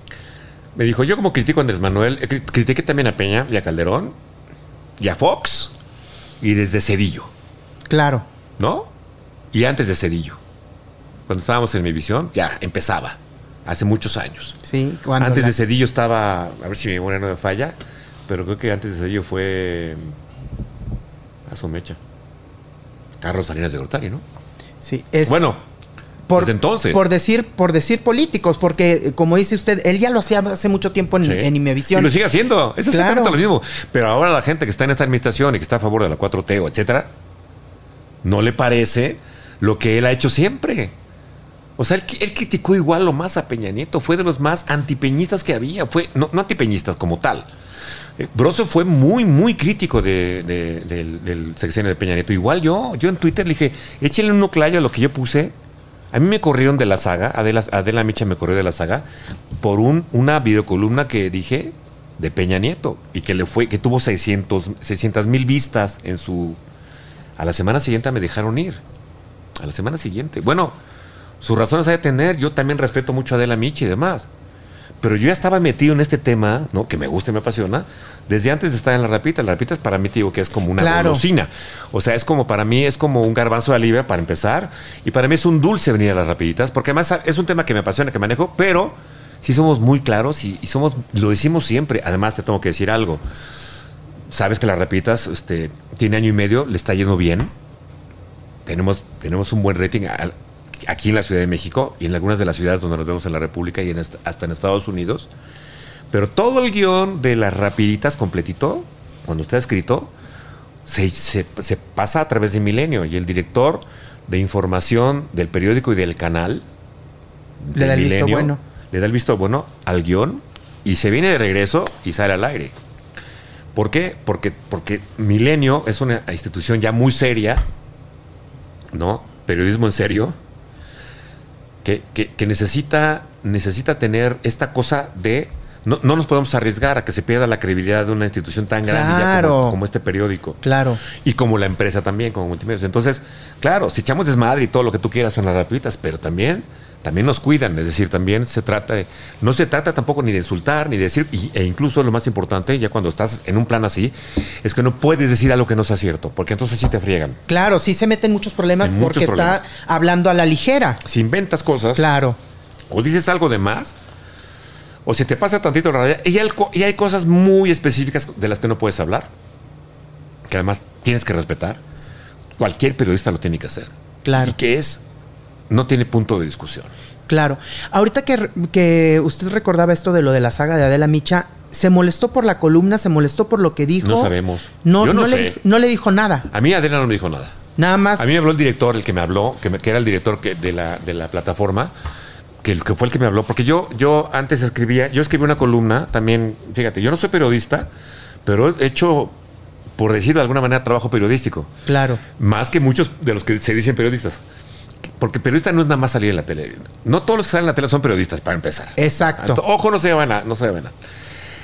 Me dijo, yo como critico a Andrés Manuel, critiqué también a Peña y a Calderón y a Fox y desde Cedillo. Claro. ¿No? Y antes de Cedillo. Cuando estábamos en Mivisión, ya empezaba. Hace muchos años. Sí, antes de Cedillo estaba, a ver si mi memoria no me falla, pero creo que antes de Cedillo fue Asomecha. Carlos Salinas de Gortari, ¿no? Sí, bueno, desde entonces. Por decir políticos, porque como dice usted, él ya lo hacía hace mucho tiempo en Imevisión. Y lo sigue haciendo. Es exactamente Claro. lo mismo. Pero ahora la gente que está en esta administración y que está a favor de la 4T o etcétera, no le parece lo que él ha hecho siempre. O sea, él criticó igual lo más a Peña Nieto. Fue de los más antipeñistas que había. No antipeñistas como tal. Broso fue muy, muy crítico del sexenio de Peña Nieto. Igual yo en Twitter le dije, échenle un clayo a lo que yo puse. A mí me corrieron de la saga, Adela Micha me corrió de la saga por una videocolumna que dije de Peña Nieto y que tuvo 600,000 vistas en su... A la semana siguiente me dejaron ir. A la semana siguiente. Bueno, sus razones hay de tener. Yo también respeto mucho a Adela Micha y demás. Pero yo ya estaba metido en este tema, ¿no? Que me gusta y me apasiona, desde antes de estar en La Rapita. La Rapita es para mí, te digo, que es como una golosina. O sea, para mí es como un garbanzo de alivia para empezar. Y para mí es un dulce venir a Las Rapiditas, porque además es un tema que me apasiona, que manejo, pero sí somos muy claros y lo decimos siempre. Además, te tengo que decir algo. Sabes que Las Rapiditas tiene año y medio, le está yendo bien. Tenemos un buen rating aquí en la Ciudad de México y en algunas de las ciudades donde nos vemos en la República y hasta en Estados Unidos. Pero todo el guión de Las Rapiditas completito, cuando está escrito, se pasa a través de Milenio y el director de información del periódico y del canal le da el Milenio, visto bueno. Le da el visto bueno al guión y se viene de regreso y sale al aire. ¿Por qué? Porque Milenio es una institución ya muy seria, ¿no? Periodismo en serio, que necesita tener esta cosa de... No nos podemos arriesgar a que se pierda la credibilidad de una institución tan grande ya como este periódico. Claro. Y como la empresa también, como Multimedios. Entonces, claro, si echamos desmadre y todo lo que tú quieras en Las Rapiditas, pero también nos cuidan. Es decir, también no se trata tampoco ni de insultar, ni de decir, e incluso lo más importante, ya cuando estás en un plan así, es que no puedes decir algo que no sea cierto, porque entonces sí te friegan. Claro, sí se meten muchos problemas porque está hablando a la ligera. Si inventas cosas. Claro. O dices algo de más, o se te pasa tantito la raya, y hay cosas muy específicas de las que no puedes hablar, que además tienes que respetar. Cualquier periodista lo tiene que hacer. Claro. Y que no tiene punto de discusión. Claro. Ahorita que usted recordaba esto de lo de la saga de Adela Micha, ¿se molestó por la columna? ¿Se molestó por lo que dijo? No sabemos. Yo no sé. No le dijo nada. A mí Adela no me dijo nada. Nada más. A mí me habló el director, el que me habló, que era el director de la plataforma, que fue el que me habló. Porque yo antes escribí una columna también, fíjate, yo no soy periodista, pero he hecho, por decirlo de alguna manera, trabajo periodístico. Claro. Más que muchos de los que se dicen periodistas. Porque periodista no es nada más salir en la tele. No todos los que salen en la tele son periodistas, para empezar. Exacto. Ojo, no se vayan a.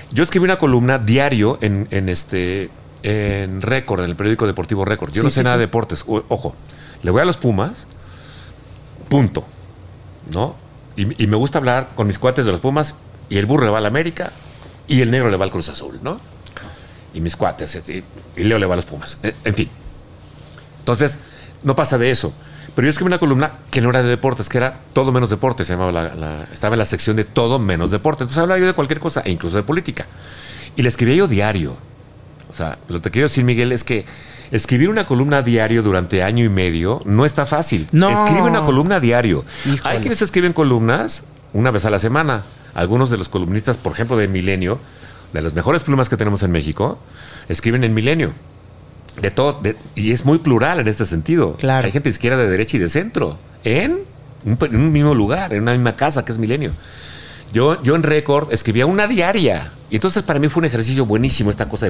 Yo escribí una columna diario en Récord, en el periódico deportivo Récord. Yo no sé nada de deportes. Ojo, le voy a los Pumas, punto, ¿no? Y me gusta hablar con mis cuates de los Pumas, y el burro le va a la América y el negro le va al Cruz Azul, ¿no? Y mis cuates, y Leo le va a los Pumas. En fin. Entonces, no pasa de eso. Pero yo escribí una columna que no era de deportes, que era todo menos deporte. Se llamaba estaba en la sección de todo menos deporte. Entonces hablaba yo de cualquier cosa, e incluso de política. Y la escribía yo diario. O sea, lo que quiero decir, Miguel, es que escribir una columna diario durante año y medio no está fácil. No. Escribe una columna diario. Híjole. Hay quienes escriben columnas una vez a la semana. Algunos de los columnistas, por ejemplo, de Milenio, de las mejores plumas que tenemos en México, escriben en Milenio. De todo, y es muy plural en este sentido. Claro. Hay gente de izquierda, de derecha y de centro. En un mismo lugar, en una misma casa que es Milenio. Yo en Récord escribía una diaria. Y entonces para mí fue un ejercicio buenísimo esta cosa de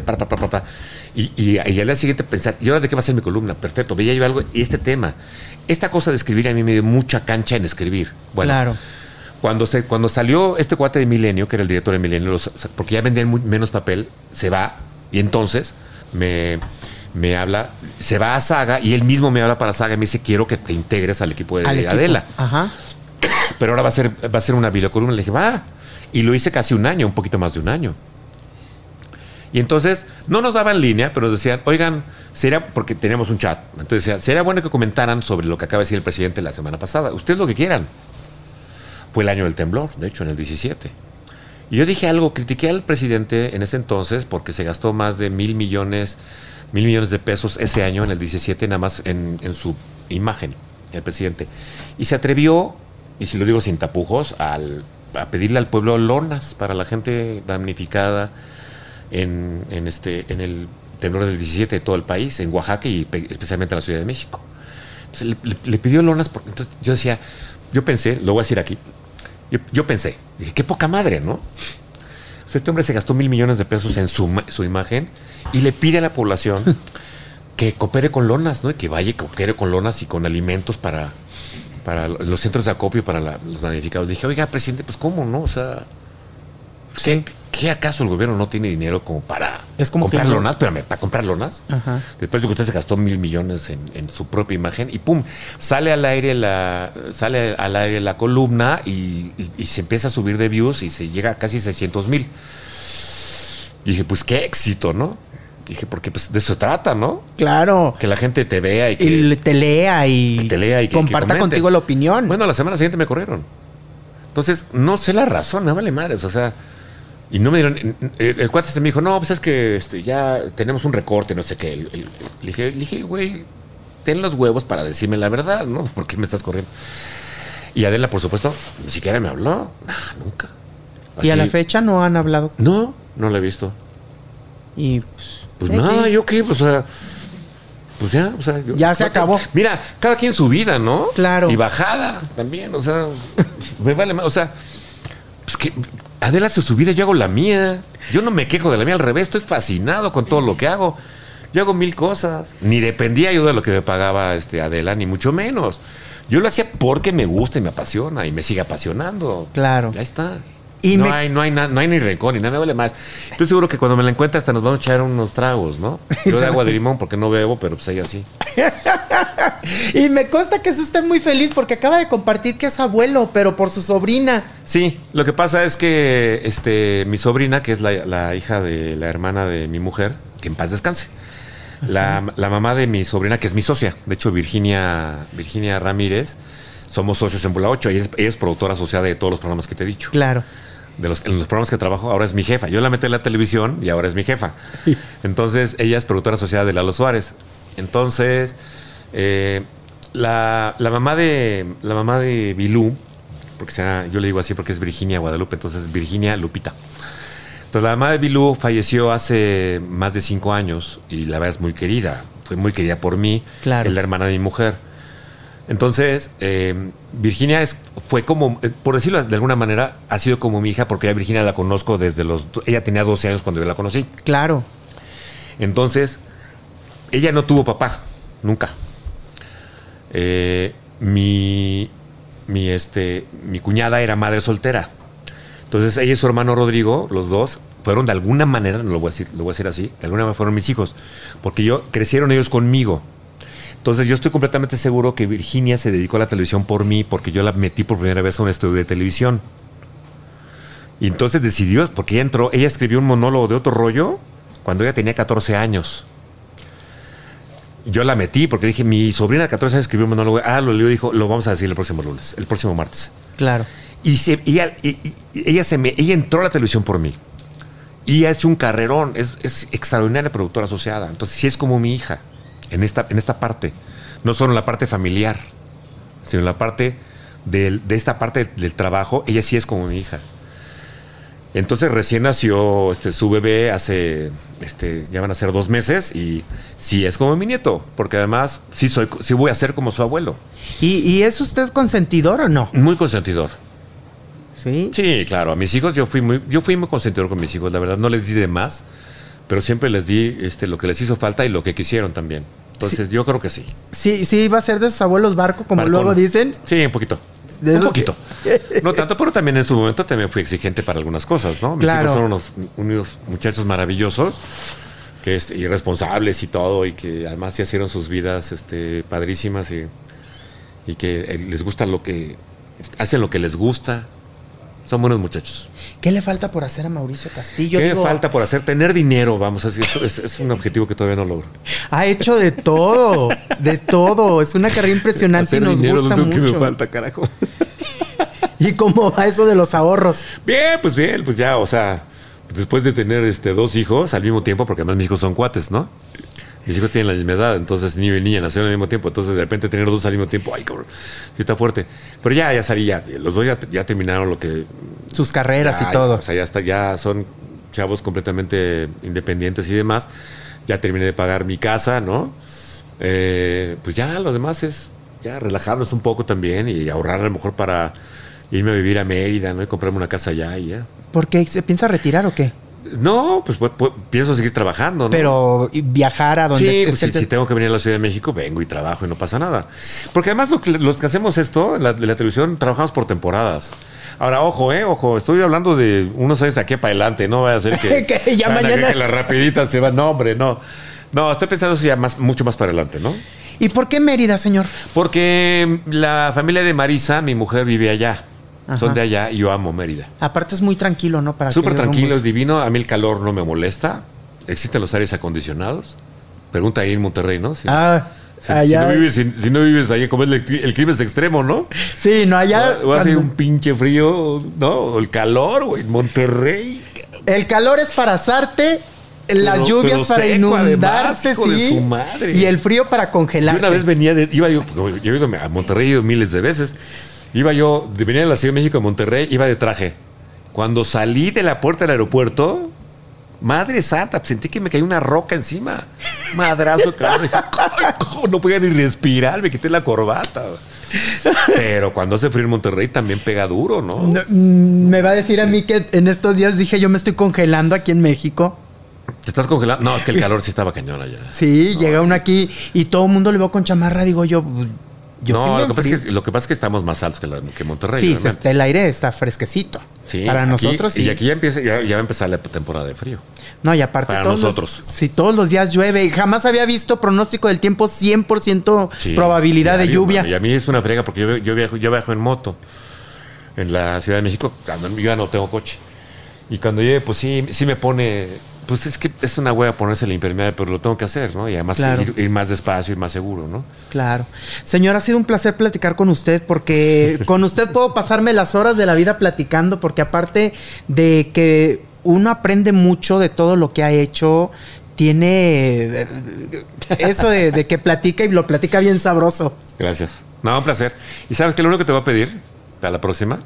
Y al día siguiente pensar, ¿y ahora de qué va a ser mi columna? Perfecto, veía yo algo. Y este tema, esta cosa de escribir a mí me dio mucha cancha en escribir. Bueno, claro. Cuando salió este cuate de Milenio, que era el director de Milenio, porque ya vendían menos papel, se va. Y entonces me habla, se va a Saga y él mismo me habla para Saga y me dice, quiero que te integres al equipo de Adela. Ajá. Pero ahora va a ser una videocolumna. Le dije, va. Y lo hice casi un año, un poquito más de un año. Y entonces, no nos daban línea, pero decían, oigan, porque teníamos un chat. Entonces decía, sería bueno que comentaran sobre lo que acaba de decir el presidente la semana pasada. Ustedes lo que quieran. Fue el año del temblor, de hecho, en el 17. Y yo dije algo, critiqué al presidente en ese entonces porque se gastó más de $1,000 millones de pesos ese año, en el 17, nada más en su imagen, el presidente. Y se atrevió, y si lo digo sin tapujos, a pedirle al pueblo lonas para la gente damnificada en el temblor del 17 de todo el país, en Oaxaca y especialmente en la Ciudad de México. Entonces le pidió lonas. Entonces yo pensé, lo voy a decir aquí, yo pensé, dije, qué poca madre, ¿no? O sea, este hombre se gastó $1,000 millones de pesos en su imagen y le pide a la población que coopere con lonas, ¿no? Y que vaya y coopere con lonas y con alimentos para los centros de acopio para los damnificados. Dije, oiga, presidente, pues ¿cómo, no? O sea, ¿qué acaso el gobierno no tiene dinero como para comprar lonas? Espérame, ¿para comprar lonas? Ajá. Después de que usted se gastó $1,000 millones en su propia imagen y ¡pum! Sale al aire la columna y se empieza a subir de views y se llega a casi 600,000. Y dije, pues qué éxito, ¿no? Dije, porque pues de eso se trata, ¿no? Claro. Que la gente te vea y te lea y comparta contigo la opinión. Bueno, la semana siguiente me corrieron. Entonces, no sé la razón, me vale madres, o sea, y no me dieron. El cuate se me dijo, no, pues es que ya tenemos un recorte, no sé qué. Le dije, güey, ten los huevos para decirme la verdad, ¿no? ¿Por qué me estás corriendo? Y Adela, por supuesto, ni siquiera me habló. Nunca. Así, ¿y a la fecha no han hablado? No la he visto. Y pues nada, ¿yo qué? Pues, pues ya, o sea... Ya se acabó. Mira, cada quien su vida, ¿no? Claro. Y bajada también, o sea... me vale más, o sea... Pues que Adela hace su vida, yo hago la mía. Yo no me quejo de la mía, al revés, estoy fascinado con todo lo que hago. Yo hago 1,000 cosas. Ni dependía yo de lo que me pagaba Adela, ni mucho menos. Yo lo hacía porque me gusta y me apasiona y me sigue apasionando. Claro. Ya está. Y no hay ni rencor ni nada, me vale más. Estoy seguro que cuando me la encuentre hasta nos vamos a echar unos tragos, ¿no? Yo de agua de limón porque no bebo, pero pues ella sí. Y me consta que es usted muy feliz porque acaba de compartir que es abuelo, pero por su sobrina. Sí, lo que pasa es que mi sobrina, que es la hija de la hermana de mi mujer, que en paz descanse, la mamá de mi sobrina, que es mi socia, de hecho Virginia Ramírez, somos socios en Bula 8, ella es productora asociada de todos los programas que te he dicho. Claro. En los programas que trabajo, ahora es mi jefa. Yo la metí en la televisión y ahora es mi jefa. Entonces, ella es productora asociada de Lalo Suárez. Entonces, la mamá de Bilú, porque yo le digo así porque es Virginia Guadalupe, entonces Virginia Lupita. Entonces, la mamá de Bilú falleció hace más de 5 años y la verdad es muy querida. Fue muy querida por mí. Claro. Es la hermana de mi mujer. Entonces, Virginia fue como, por decirlo de alguna manera, ha sido como mi hija, porque a Virginia la conozco ella tenía 12 años cuando yo la conocí. Claro. Entonces, ella no tuvo papá, nunca. Mi cuñada era madre soltera. Entonces, ella y su hermano Rodrigo, los dos, fueron de alguna manera, no lo voy a decir así, de alguna manera fueron mis hijos, porque crecieron ellos conmigo. Entonces yo estoy completamente seguro que Virginia se dedicó a la televisión por mí, porque yo la metí por primera vez a un estudio de televisión. Y entonces decidió, porque ella escribió un monólogo de otro rollo cuando ella tenía 14 años. Yo la metí porque dije, mi sobrina de 14 años escribió un monólogo. Lo leyó y dijo, lo vamos a decir el próximo martes. Claro. Y ella entró a la televisión por mí. Y ha hecho un carrerón. Es extraordinaria productora asociada. Entonces sí es como mi hija en esta parte. No solo en la parte familiar, sino en la parte de esta parte del trabajo. Ella sí es como mi hija. Entonces recién nació su bebé hace, ya van a ser 2 meses y sí es como mi nieto, porque además sí voy a ser como su abuelo. ¿Y es usted consentidor o no? Muy consentidor. ¿Sí? Sí, claro. A mis hijos yo fui muy consentidor con mis hijos. La verdad no les di de más, pero siempre les di lo que les hizo falta y lo que quisieron también. Entonces yo creo que sí. Sí, va a ser de sus abuelos barco, como Barcón. luego dicen. Sí, un poquito. Un poquito. No tanto, pero también en su momento también fui exigente para algunas cosas, ¿no? Mis hijos son unos muchachos maravillosos, irresponsables y todo, y que además ya hicieron sus vidas padrísimas y que les gusta hacen lo que les gusta. Son buenos muchachos. ¿Qué le falta por hacer a Mauricio Castillo? ¿Qué le falta por hacer? Tener dinero, vamos a decir. Eso es un objetivo que todavía no logro. Ha hecho de todo, de todo. Es una carrera impresionante. Hacer y nos dinero, gusta mucho. ¿Qué me falta, carajo? ¿Y cómo va eso de los ahorros? Bien, pues ya, o sea, después de tener 2 hijos al mismo tiempo, porque además mis hijos son cuates, ¿no? Mis hijos tienen la misma edad, entonces niño y niña nacieron al mismo tiempo, entonces de repente tener 2 al mismo tiempo, ay cabrón, sí está fuerte. Pero ya salí, los 2 ya terminaron lo que... Sus carreras y todo. O sea, ya son chavos completamente independientes y demás. Ya terminé de pagar mi casa, ¿no? Pues ya lo demás es ya relajarnos un poco también y ahorrar a lo mejor para irme a vivir a Mérida, ¿no? Y comprarme una casa allá y ya. ¿Por qué? ¿Se piensa retirar o qué? No, pues pienso seguir trabajando, ¿no? Pero viajar a donde... Sí, pues si tengo que venir a la Ciudad de México, vengo y trabajo y no pasa nada. Porque además los que hacemos esto, de la televisión, trabajamos por temporadas. Ahora, ojo, estoy hablando de unos años de aquí para adelante, no vaya a ser que ya mañana... que las rapiditas se van, no, hombre, no. No, estoy pensando eso ya mucho más para adelante, ¿no? ¿Y por qué Mérida, señor? Porque la familia de Marisa, mi mujer, vive allá. Ajá. Son de allá y yo amo Mérida. Aparte es muy tranquilo, ¿no? Súper tranquilo, es divino. A mí el calor no me molesta. Existen los aires acondicionados. Pregunta ahí en Monterrey, ¿no? Si no vives ahí, como el clima es extremo, ¿no? Sí, no allá... Va a ser un pinche frío, ¿no? O el calor, güey, Monterrey. El calor es para asarte... Las lluvias para inundarse, además, sí. De su madre. Y el frío para congelar. Yo una vez yo he ido a Monterrey, he ido miles de veces. Venía de la Ciudad de México a Monterrey, iba de traje. Cuando salí de la puerta del aeropuerto, madre santa, sentí que me cayó una roca encima. Madrazo, cabrón. No podía ni respirar, me quité la corbata. Pero cuando hace frío en Monterrey también pega duro, ¿no? Me va a decir a mí que en estos días dije yo me estoy congelando aquí en México. ¿Te estás congelando? No, es que el calor sí estaba cañón allá. Sí, llega uno aquí y todo el mundo le veo con chamarra, digo yo... No, lo que pasa es que estamos más altos que Monterrey. Sí, el aire está fresquecito. Sí, para nosotros sí. Y aquí ya va a empezar la temporada de frío. No, y aparte para nosotros. Si todos los días llueve, jamás había visto pronóstico del tiempo 100% probabilidad de lluvia. Bueno, y a mí es una frega porque yo viajo en moto en la Ciudad de México. Yo ya no tengo coche. Y cuando llueve, pues sí me pone... Pues es que es una hueva ponerse la impermeable, pero lo tengo que hacer, ¿no? Y además ir más despacio y más seguro, ¿no? Claro. Señor, ha sido un placer platicar con usted porque con usted puedo pasarme las horas de la vida platicando porque aparte de que uno aprende mucho de todo lo que ha hecho, tiene eso de que platica y lo platica bien sabroso. Gracias. No, un placer. ¿Y sabes qué? Lo único que te voy a pedir para la próxima,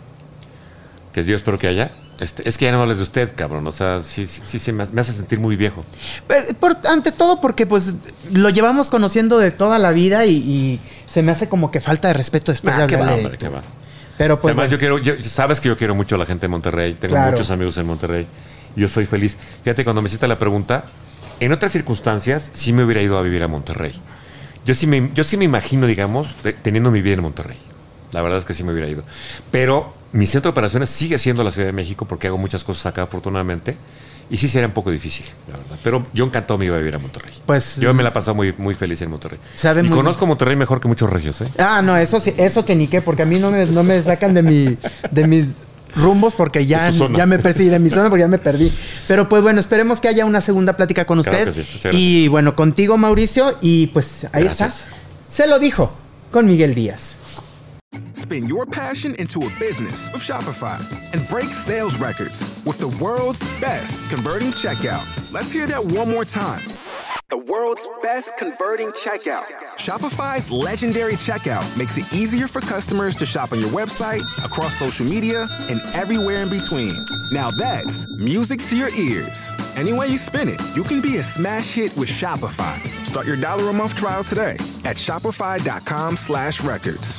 que yo espero que haya... es que ya no hables de usted, cabrón. O sea, sí me hace sentir muy viejo. Ante todo porque pues lo llevamos conociendo de toda la vida y se me hace como que falta de respeto después de hablarle. ¿Qué va? Pero pues... Además, sabes que yo quiero mucho a la gente de Monterrey. Tengo muchos amigos en Monterrey. Y yo soy feliz. Fíjate, cuando me hiciste la pregunta, en otras circunstancias sí me hubiera ido a vivir a Monterrey. Yo sí me imagino, digamos, teniendo mi vida en Monterrey. La verdad es que sí me hubiera ido. Pero mi centro de operaciones sigue siendo la Ciudad de México porque hago muchas cosas acá, afortunadamente. Y sí sería un poco difícil, la verdad. Pero yo encantado me iba a vivir a Monterrey. Pues yo me la he pasado muy, muy feliz en Monterrey. Y conozco Monterrey mejor que muchos regios, ¿eh? Ah, no, eso sí, eso que ni qué, porque a mí no me sacan de mis rumbos porque ya me perdí, de mi zona porque ya me perdí. Pero pues bueno, esperemos que haya una segunda plática con usted. Claro que sí. Y bueno, contigo, Mauricio, y pues ahí Gracias. está. Se lo dijo con Miguel Díaz. Spin your passion into a business with Shopify and break sales records with the world's best converting checkout. Let's hear that one more time. The world's best converting checkout. Shopify's legendary checkout makes it easier for customers to shop on your website, across social media, and everywhere in between. Now that's music to your ears. Any way you spin it, you can be a smash hit with Shopify. Start your $1 a month trial today at shopify.com/records.